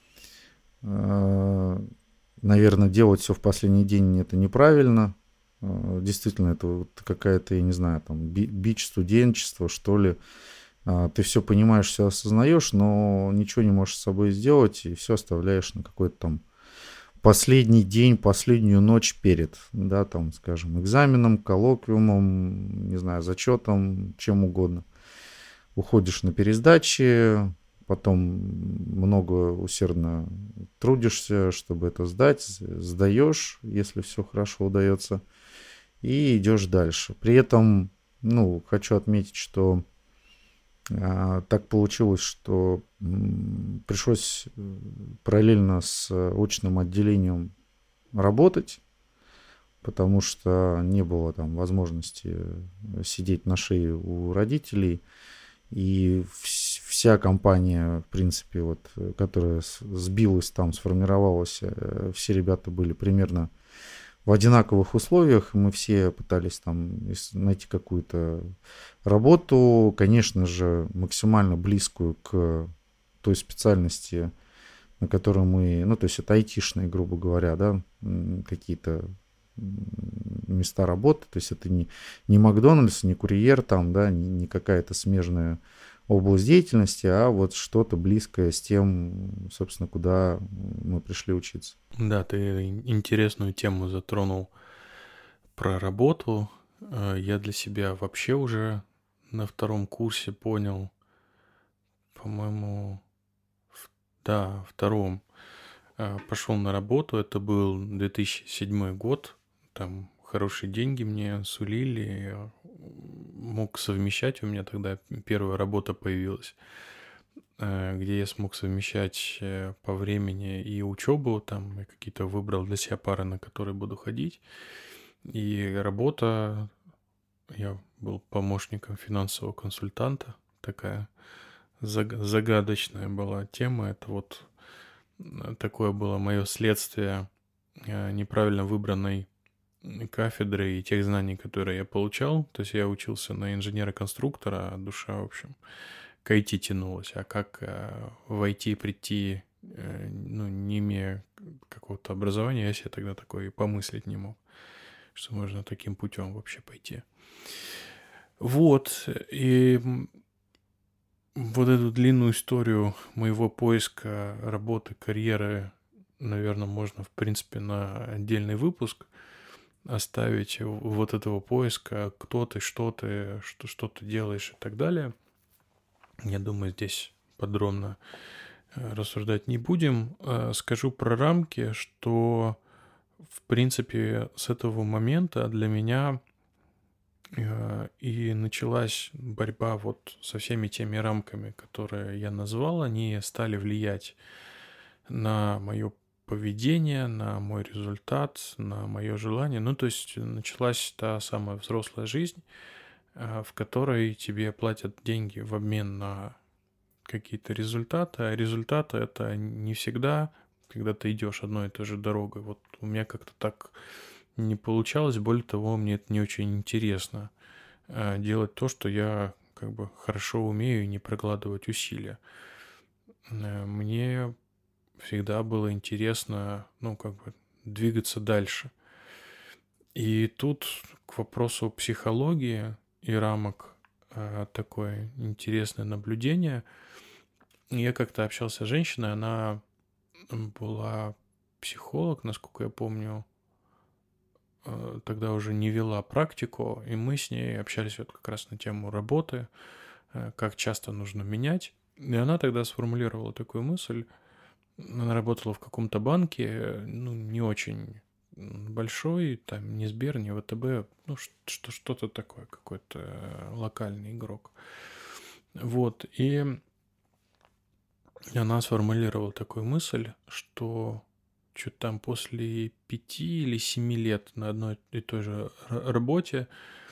э, наверное, делать все в последний день это неправильно. Э, Действительно, это вот какая-то, я не знаю, там би- бич студенчества, что ли. А, Ты все понимаешь, все осознаешь, но ничего не можешь с собой сделать, и все оставляешь на какой-то там последний день, последнюю ночь перед, да, там, скажем, экзаменом, коллоквиумом, не знаю, зачетом, чем угодно. Уходишь на пересдачи, потом много усердно трудишься, чтобы это сдать, сдаешь, если все хорошо удается, и идешь дальше. При этом, ну, хочу отметить, что а, так получилось, что м, пришлось э, параллельно с очным отделением работать, потому что не было там возможности сидеть на шее у родителей. И вс- вся компания, в принципе, вот, э, которая с- сбилась там, сформировалась, э, все ребята были примерно в одинаковых условиях. Мы все пытались там ис- найти какую-то работу, конечно же, максимально близкую к той специальности, на которую мы, ну, то есть это айтишные, грубо говоря, да, м, какие-то м, места работы, то есть это не, не Макдональдс, не курьер там, да, не, не какая-то смежная область деятельности, а вот что-то близкое с тем, собственно, куда мы пришли учиться. Да, ты интересную тему затронул про работу. Э, Я для себя вообще уже на втором курсе понял, по-моему, в- да, втором, э, пошел на работу. Это был две тысячи седьмой год. Там хорошие деньги мне сулили. Я мог совмещать. У меня тогда первая работа появилась, э, где я смог совмещать э, по времени и учебу. Там я какие-то выбрал для себя пары, на которые буду ходить. И работа, я был помощником финансового консультанта. Такая заг- загадочная была тема. Это вот э, такое было мое следствие э, неправильно выбранной кафедры и тех знаний, которые я получал. То есть я учился на инженера-конструктора, а душа, в общем, к ай ти тянулась. А как э, в ай ти прийти, э, ну, не имея какого-то образования, я себе тогда такое и помыслить не мог, что можно таким путем вообще пойти. Вот, и вот эту длинную историю моего поиска работы, карьеры, наверное, можно, в принципе, на отдельный выпуск оставить вот этого поиска, кто ты, что ты, что, что ты делаешь и так далее. Я думаю, здесь подробно рассуждать не будем. Скажу про рамки, что, в принципе, с этого момента для меня и началась борьба вот со всеми теми рамками, которые я назвал. Они стали влиять на мое поведение, на мой результат, на мое желание. Ну, то есть началась та самая взрослая жизнь, в которой тебе платят деньги в обмен на какие-то результаты, а результаты это не всегда, когда ты идешь одной и той же дорогой. Вот у меня как-то так не получалось, более того, мне это не очень интересно делать то, что я как бы хорошо умею, и не прикладывать усилия. Мне всегда было интересно, ну, как бы двигаться дальше. И тут к вопросу психологии и рамок такое интересное наблюдение. Я как-то общался с женщиной, она была психолог, насколько я помню, тогда уже не вела практику, и мы с ней общались вот как раз на тему работы, как часто нужно менять. И она тогда сформулировала такую мысль. Она работала в каком-то банке, ну, не очень большой, там, не Сбер, не ВТБ, ну, что- что-то такое, какой-то локальный игрок. Вот, и она сформулировала такую мысль, что что-то там после пяти или семи лет на одной и той же работе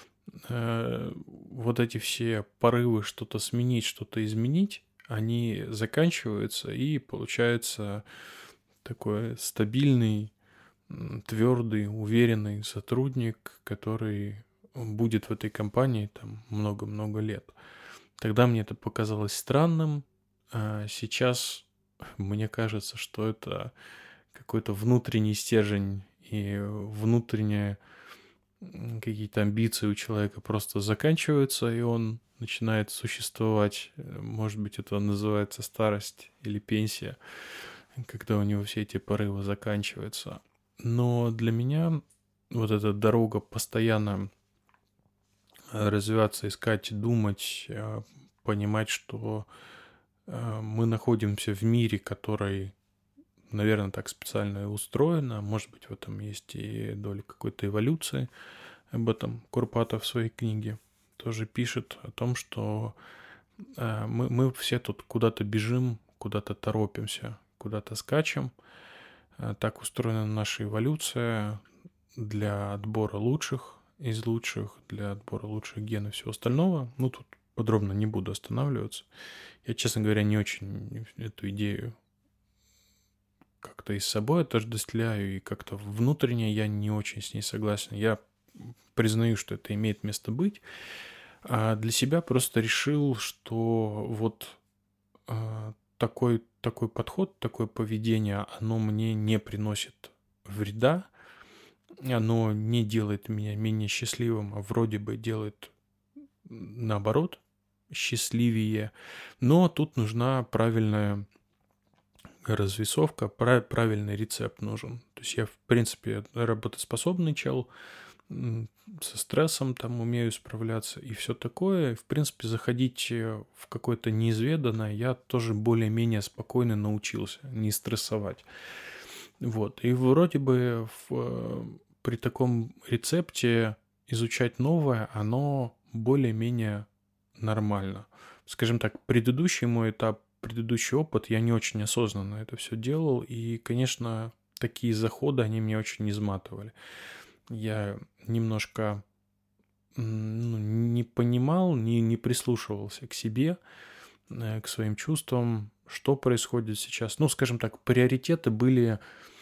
э, вот эти все порывы что-то сменить, что-то изменить, они заканчиваются, и получается такой стабильный, твердый, уверенный сотрудник, который будет в этой компании там много-много лет. Тогда мне это показалось странным, а сейчас мне кажется, что это какой-то внутренний стержень и внутренние какие-то амбиции у человека просто заканчиваются, и он начинает существовать. Может быть, это называется старость или пенсия, когда у него все эти порывы заканчиваются. Но для меня вот эта дорога постоянно развиваться, искать, думать, понимать, что мы находимся в мире, который, наверное, так специально и устроено. Может быть, в этом есть и доля какой-то эволюции. Об этом Курпатов в своей книге тоже пишет о том, что мы, мы все тут куда-то бежим, куда-то торопимся, куда-то скачем. Так устроена наша эволюция для отбора лучших из лучших, для отбора лучших генов и всего остального. Ну, тут подробно не буду останавливаться. Я, честно говоря, не очень эту идею как-то и с собой отождествляю, и как-то внутренне я не очень с ней согласен. Я признаю, что это имеет место быть, а для себя просто решил, что вот э, такой, такой подход, такое поведение, оно мне не приносит вреда, оно не делает меня менее счастливым, а вроде бы делает наоборот, счастливее. Но тут нужна правильная развесовка, правильный рецепт нужен. То есть я, в принципе, работоспособный чел, со стрессом там умею справляться и все такое. В принципе, заходить в какое-то неизведанное я тоже более-менее спокойно научился не стрессовать. Вот. И вроде бы в, при таком рецепте изучать новое, оно более-менее нормально. Скажем так, предыдущий мой этап, предыдущий опыт, я не очень осознанно это все делал. И, конечно, такие заходы, они меня очень изматывали. Я немножко ну, не понимал, не, не прислушивался к себе, к своим чувствам, что происходит сейчас. Ну, скажем так, приоритеты были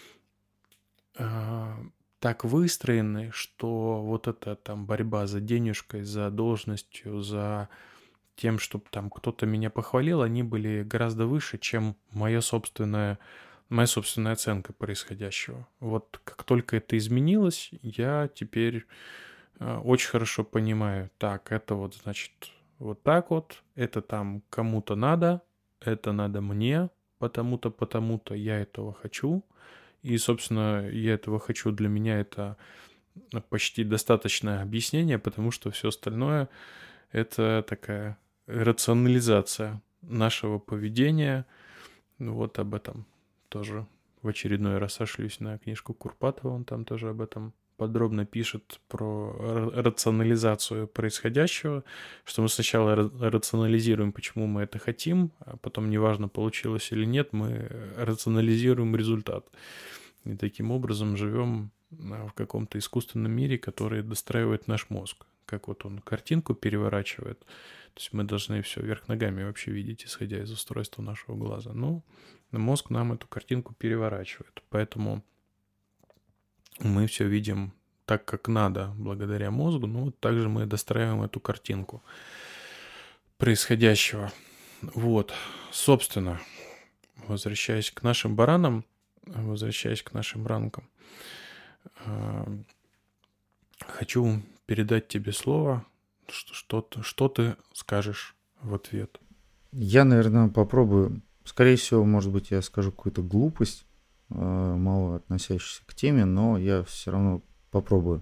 э, так выстроены, что вот эта там борьба за денежкой, за должностью, за тем, чтобы там кто-то меня похвалил, они были гораздо выше, чем моя собственная, моя собственная оценка происходящего. Вот как только это изменилось, я теперь э, очень хорошо понимаю, так, это вот значит вот так вот, это там кому-то надо, это надо мне, потому-то, потому-то я этого хочу. И, собственно, я этого хочу, для меня это почти достаточное объяснение, потому что все остальное — это такая рационализация нашего поведения. Вот об этом тоже в очередной раз сошлюсь на книжку Курпатова, он там тоже об этом подробно пишет, про рационализацию происходящего, что мы сначала рационализируем, почему мы это хотим, а потом, неважно, получилось или нет, мы рационализируем результат. И таким образом живем в каком-то искусственном мире, который достраивает наш мозг. Как вот он картинку переворачивает. То есть мы должны все вверх ногами вообще видеть, исходя из устройства нашего глаза. Но мозг нам эту картинку переворачивает. Поэтому мы все видим так, как надо, благодаря мозгу. Но вот также мы достраиваем эту картинку происходящего. Вот, собственно, возвращаясь к нашим баранам, возвращаясь к нашим ранкам, хочу передать тебе слово, что ты, что ты скажешь в ответ. Я, наверное, попробую. Скорее всего, может быть, я скажу какую-то глупость, мало относящуюся к теме, но я все равно попробую.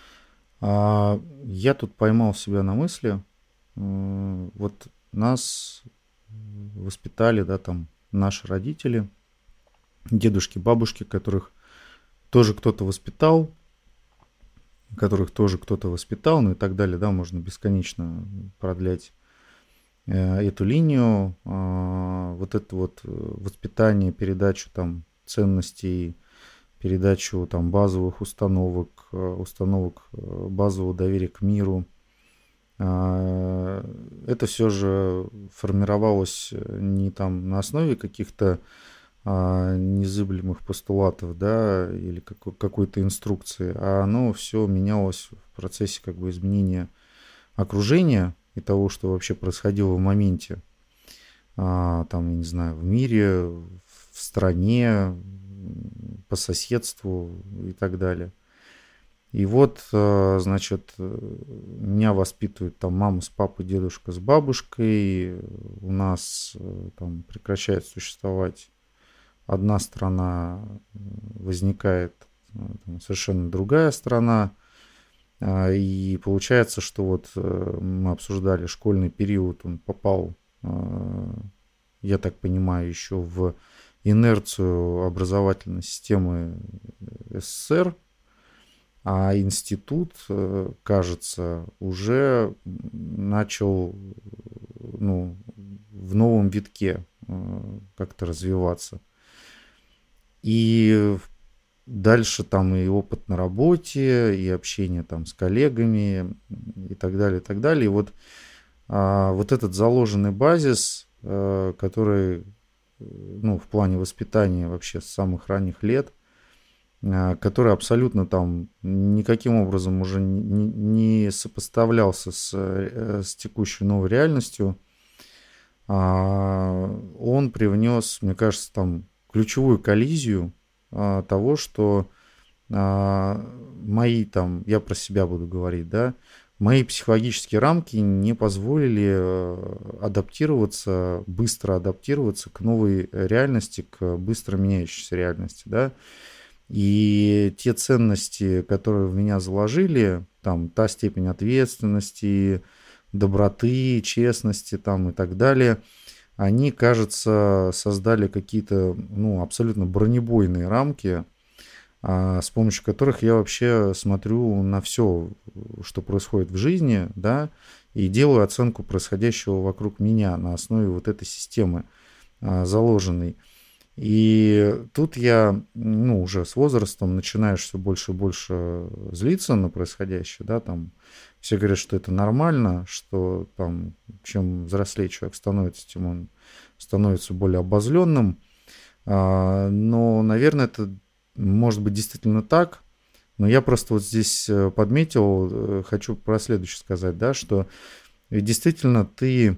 Я тут поймал себя на мысли, вот нас воспитали, да, там, наши родители, дедушки, бабушки, которых тоже кто-то воспитал, которых тоже кто-то воспитал, ну и так далее, да, можно бесконечно продлять э, эту линию, э, вот это вот воспитание, передачу там ценностей, передачу там базовых установок, э, установок э, базового доверия к миру. Э, это все же формировалось не там на основе каких-то незыблемых постулатов, да, или какой- какой-то инструкции, а оно все менялось в процессе как бы изменения окружения и того, что вообще происходило в моменте, а, там, я не знаю, в мире, в стране, по соседству и так далее. И вот, а, значит, меня воспитывают там мама с папой, дедушка с бабушкой, у нас а, там прекращает существовать одна страна, возникает там, совершенно другая страна. И получается, что вот мы обсуждали школьный период, он попал, я так понимаю, еще в инерцию образовательной системы СССР, а институт, кажется, уже начал ну, в новом витке как-то развиваться. И дальше там и опыт на работе, и общение там с коллегами, и так далее, и так далее. И вот, а, вот этот заложенный базис, а, который, ну, в плане воспитания вообще с самых ранних лет, а, который абсолютно там никаким образом уже не, не сопоставлялся с, с текущей новой реальностью, а, он привнес, мне кажется, там ключевую коллизию а, того, что а, мои там, я про себя буду говорить, да, мои психологические рамки не позволили э, адаптироваться, быстро адаптироваться к новой реальности, к быстро меняющейся реальности, да. И те ценности, которые в меня заложили, там, та степень ответственности, доброты, честности там, и так далее, они, кажется, создали какие-то, ну, абсолютно бронебойные рамки, а, с помощью которых я вообще смотрю на все, что происходит в жизни, да, и делаю оценку происходящего вокруг меня на основе вот этой системы а, заложенной. И тут я, ну, уже с возрастом начинаешь все больше и больше злиться на происходящее, да, там все говорят, что это нормально, что там чем взрослее человек становится, тем он становится более обозленным. А, но, наверное, это может быть действительно так. Но я просто вот здесь э, подметил, э, хочу про следующее сказать, да, что ведь действительно ты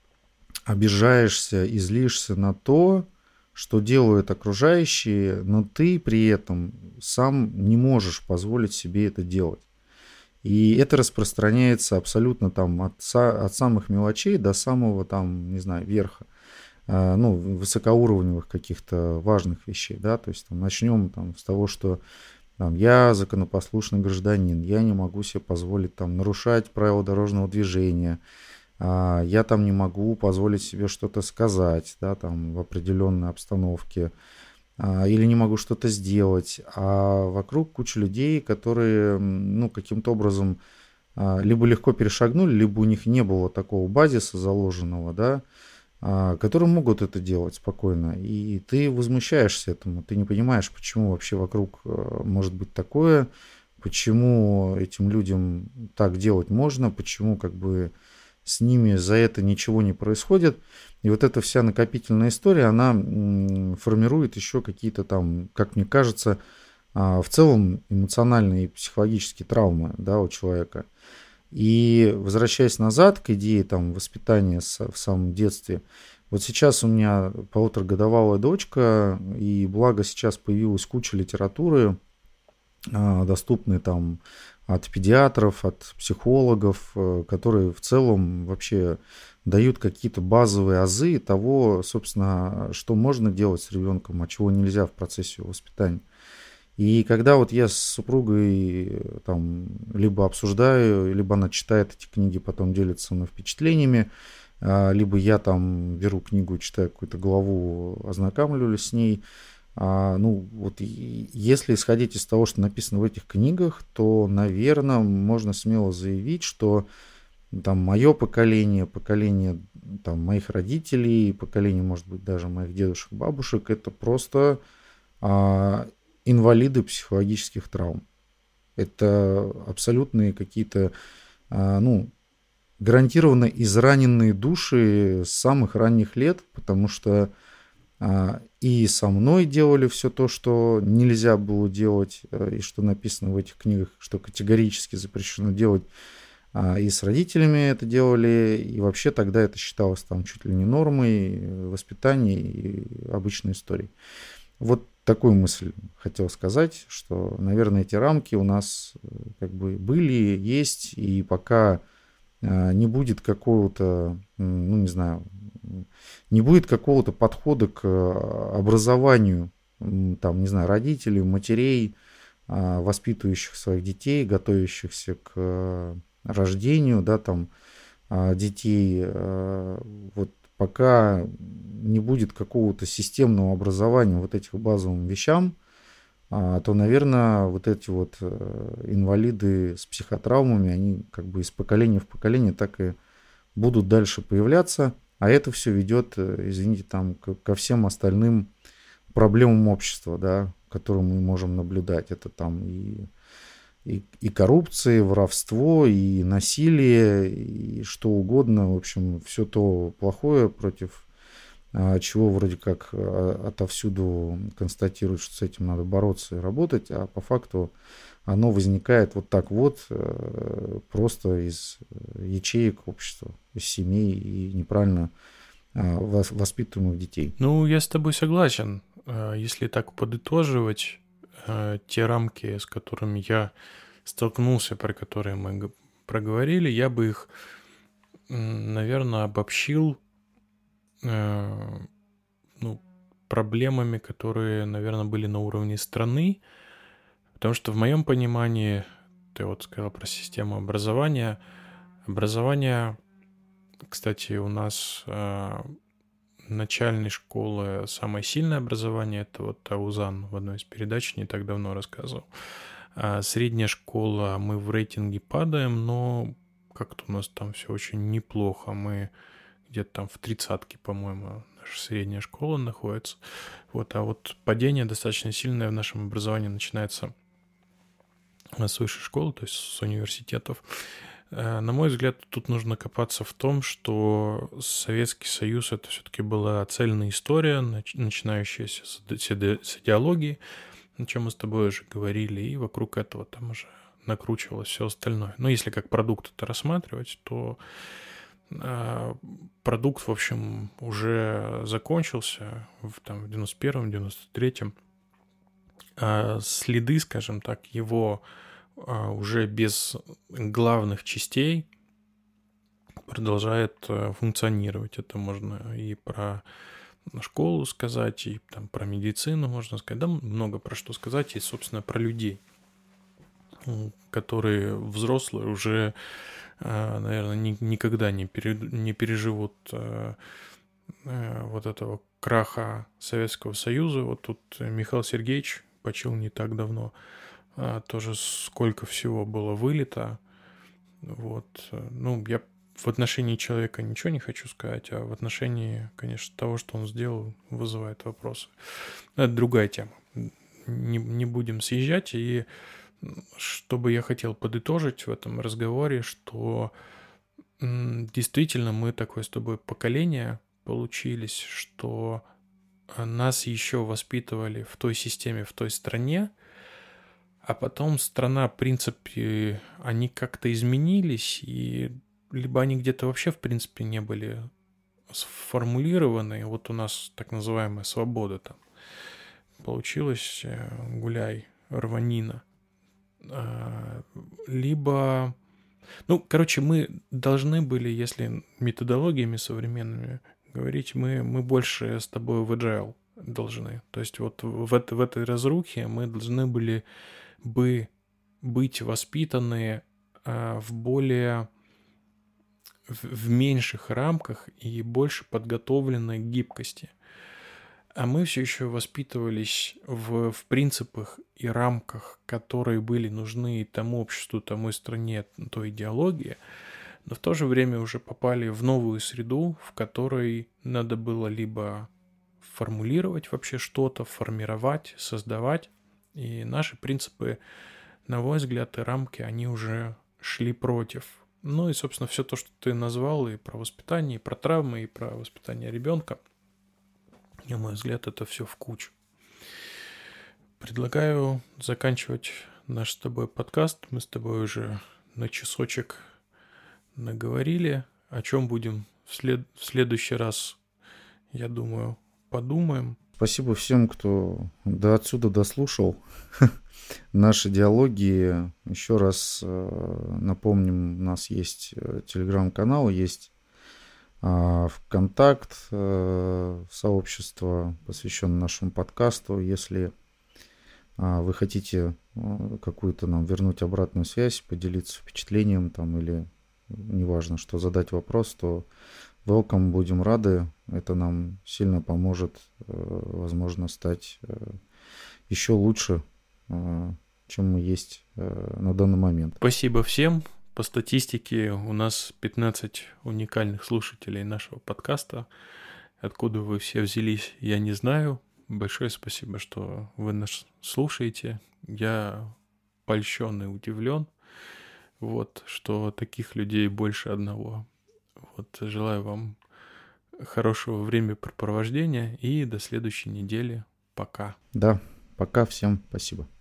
обижаешься и злишься на то, что делают окружающие, но ты при этом сам не можешь позволить себе это делать. И это распространяется абсолютно там от, са- от самых мелочей до самого там, не знаю, верха, а, ну, высокоуровневых каких-то важных вещей, да, то есть там начнем там с того, что там, я законопослушный гражданин, я не могу себе позволить там нарушать правила дорожного движения, а, я там не могу позволить себе что-то сказать, да, там в определенной обстановке, а, или не могу что-то сделать, а вокруг куча людей, которые, м, ну, каким-то образом а, либо легко перешагнули, либо у них не было такого базиса заложенного, да, а, которые могут это делать спокойно. И ты возмущаешься этому, ты не понимаешь, почему вообще вокруг э, может быть такое, почему этим людям так делать можно, почему как бы с ними за это ничего не происходит. И вот эта вся накопительная история, она м, формирует еще какие-то там, как мне кажется, а, в целом эмоциональные и психологические травмы, да, у человека. И возвращаясь назад к идее там, воспитания с- в самом детстве, вот сейчас у меня полуторагодовалая дочка, и благо сейчас появилась куча литературы, а, доступной там от педиатров, от психологов, э, которые в целом вообще дают какие-то базовые азы того, собственно, что можно делать с ребенком, а чего нельзя в процессе его воспитания. И когда вот я с супругой э, там либо обсуждаю, либо она читает эти книги, потом делится со мной впечатлениями, а, либо я там беру книгу, читаю какую-то главу, ознакомлюсь с ней, а, ну вот и- если исходить из того, что написано в этих книгах, то, наверное, можно смело заявить, что там мое поколение, поколение там моих родителей, поколение, может быть, даже моих дедушек, бабушек, это просто а, инвалиды психологических травм. Это абсолютные какие-то, а, ну, гарантированно израненные души с самых ранних лет, потому что а, и со мной делали все то, что нельзя было делать, э, и что написано в этих книгах, что категорически запрещено делать. А, и с родителями это делали, и вообще тогда это считалось там чуть ли не нормой э, воспитания и обычной историей. Вот такую мысль хотел сказать, что, наверное, эти рамки у нас э, как бы были, есть, и пока э, не будет какого-то, м, ну не знаю, м, не будет какого-то подхода к э, образованию, м, там, не знаю, родителей, матерей, а, воспитывающих своих детей, готовящихся к э, рождению, да, там, а, детей, э, вот пока не будет какого-то системного образования вот этих базовым вещам, а, то, наверное, вот эти вот э, инвалиды с психотравмами, они как бы из поколения в поколение так и будут дальше появляться, а это все ведет, э, извините, там, к- ко всем остальным проблемам общества, да, которые мы можем наблюдать. Это там и и, и коррупция, и воровство, и насилие, и что угодно. В общем, все то плохое, против а, чего вроде как а, отовсюду констатируют, что с этим надо бороться и работать, а по факту оно возникает вот так вот э, просто из ячеек общества, из семей и неправильно а, вос- воспитываемых детей. Ну, я с тобой согласен. Э, Если так подытоживать, э, те рамки, с которыми я столкнулся, про которые мы г- проговорили. Я бы их, наверное, обобщил э, ну, проблемами, которые, наверное, были на уровне страны. Потому что в моем понимании, ты вот сказал про систему образования. Образование, кстати, у нас э, начальной школы самое сильное образование, это вот Аузан в одной из передач не так давно рассказывал. А средняя школа, мы в рейтинге падаем, но как-то у нас там все очень неплохо. Мы где-то там в тридцатке, по-моему, наша средняя школа находится. Вот, а вот падение достаточно сильное в нашем образовании начинается с высшей школы, то есть с университетов. На мой взгляд, тут нужно копаться в том, что Советский Союз — это все-таки была цельная история, начинающаяся с идеологии, о чем мы с тобой уже говорили, и вокруг этого там уже накручивалось все остальное. Но если как продукт это рассматривать, то э, продукт, в общем, уже закончился в, там, в девяносто первом, девяносто третьем. А следы, скажем так, его а, уже без главных частей продолжает а, функционировать. Это можно и про школу сказать, и там про медицину можно сказать, да, много про что сказать, и, собственно, про людей, которые взрослые уже, наверное, ни, никогда не, пере, не переживут вот этого краха Советского Союза. Вот тут Михаил Сергеевич почил не так давно, тоже сколько всего было вылито. Вот, ну, я в отношении человека ничего не хочу сказать, а в отношении, конечно, того, что он сделал, вызывает вопросы. Но это другая тема. Не, не будем съезжать. И что бы я хотел подытожить в этом разговоре, что м, действительно мы такое с тобой поколение получились, что нас еще воспитывали в той системе, в той стране, а потом страна, в принципе, они как-то изменились, и либо они где-то вообще, в принципе, не были сформулированы. Вот у нас так называемая свобода там получилась, гуляй, рванина. Либо, ну, короче, мы должны были, если методологиями современными говорить, мы, мы больше с тобой в agile должны. То есть вот в, это, в этой разрухе мы должны были бы быть воспитаны в более в меньших рамках и больше подготовленной к гибкости. А мы все еще воспитывались в, в принципах и рамках, которые были нужны и тому обществу, тому стране, той идеологии, но в то же время уже попали в новую среду, в которой надо было либо формулировать вообще что-то, формировать, создавать. И наши принципы, на мой взгляд, и рамки, они уже шли против. Ну и, собственно, все то, что ты назвал, и про воспитание, и про травмы, и про воспитание ребенка, на мой взгляд, это все в кучу. Предлагаю заканчивать наш с тобой подкаст. Мы с тобой уже на часочек наговорили. О чем будем в, след... в следующий раз, я думаю, подумаем. Спасибо всем, кто до отсюда дослушал наши диалоги. Еще раз напомним, у нас есть телеграм-канал, есть ВКонтакт, сообщество, посвященное нашему подкасту. Если вы хотите какую-то нам вернуть обратную связь, поделиться впечатлением там, или неважно что, задать вопрос, то welcome, будем рады. Это нам сильно поможет, возможно, стать еще лучше, чем мы есть на данный момент. Спасибо всем. По статистике у нас пятнадцать уникальных слушателей нашего подкаста. Откуда вы все взялись, я не знаю. Большое спасибо, что вы нас слушаете. Я польщен и удивлен, вот, что таких людей больше одного. Вот, желаю вам хорошего времяпрепровождения и до следующей недели. Пока. Да, пока. Всем спасибо.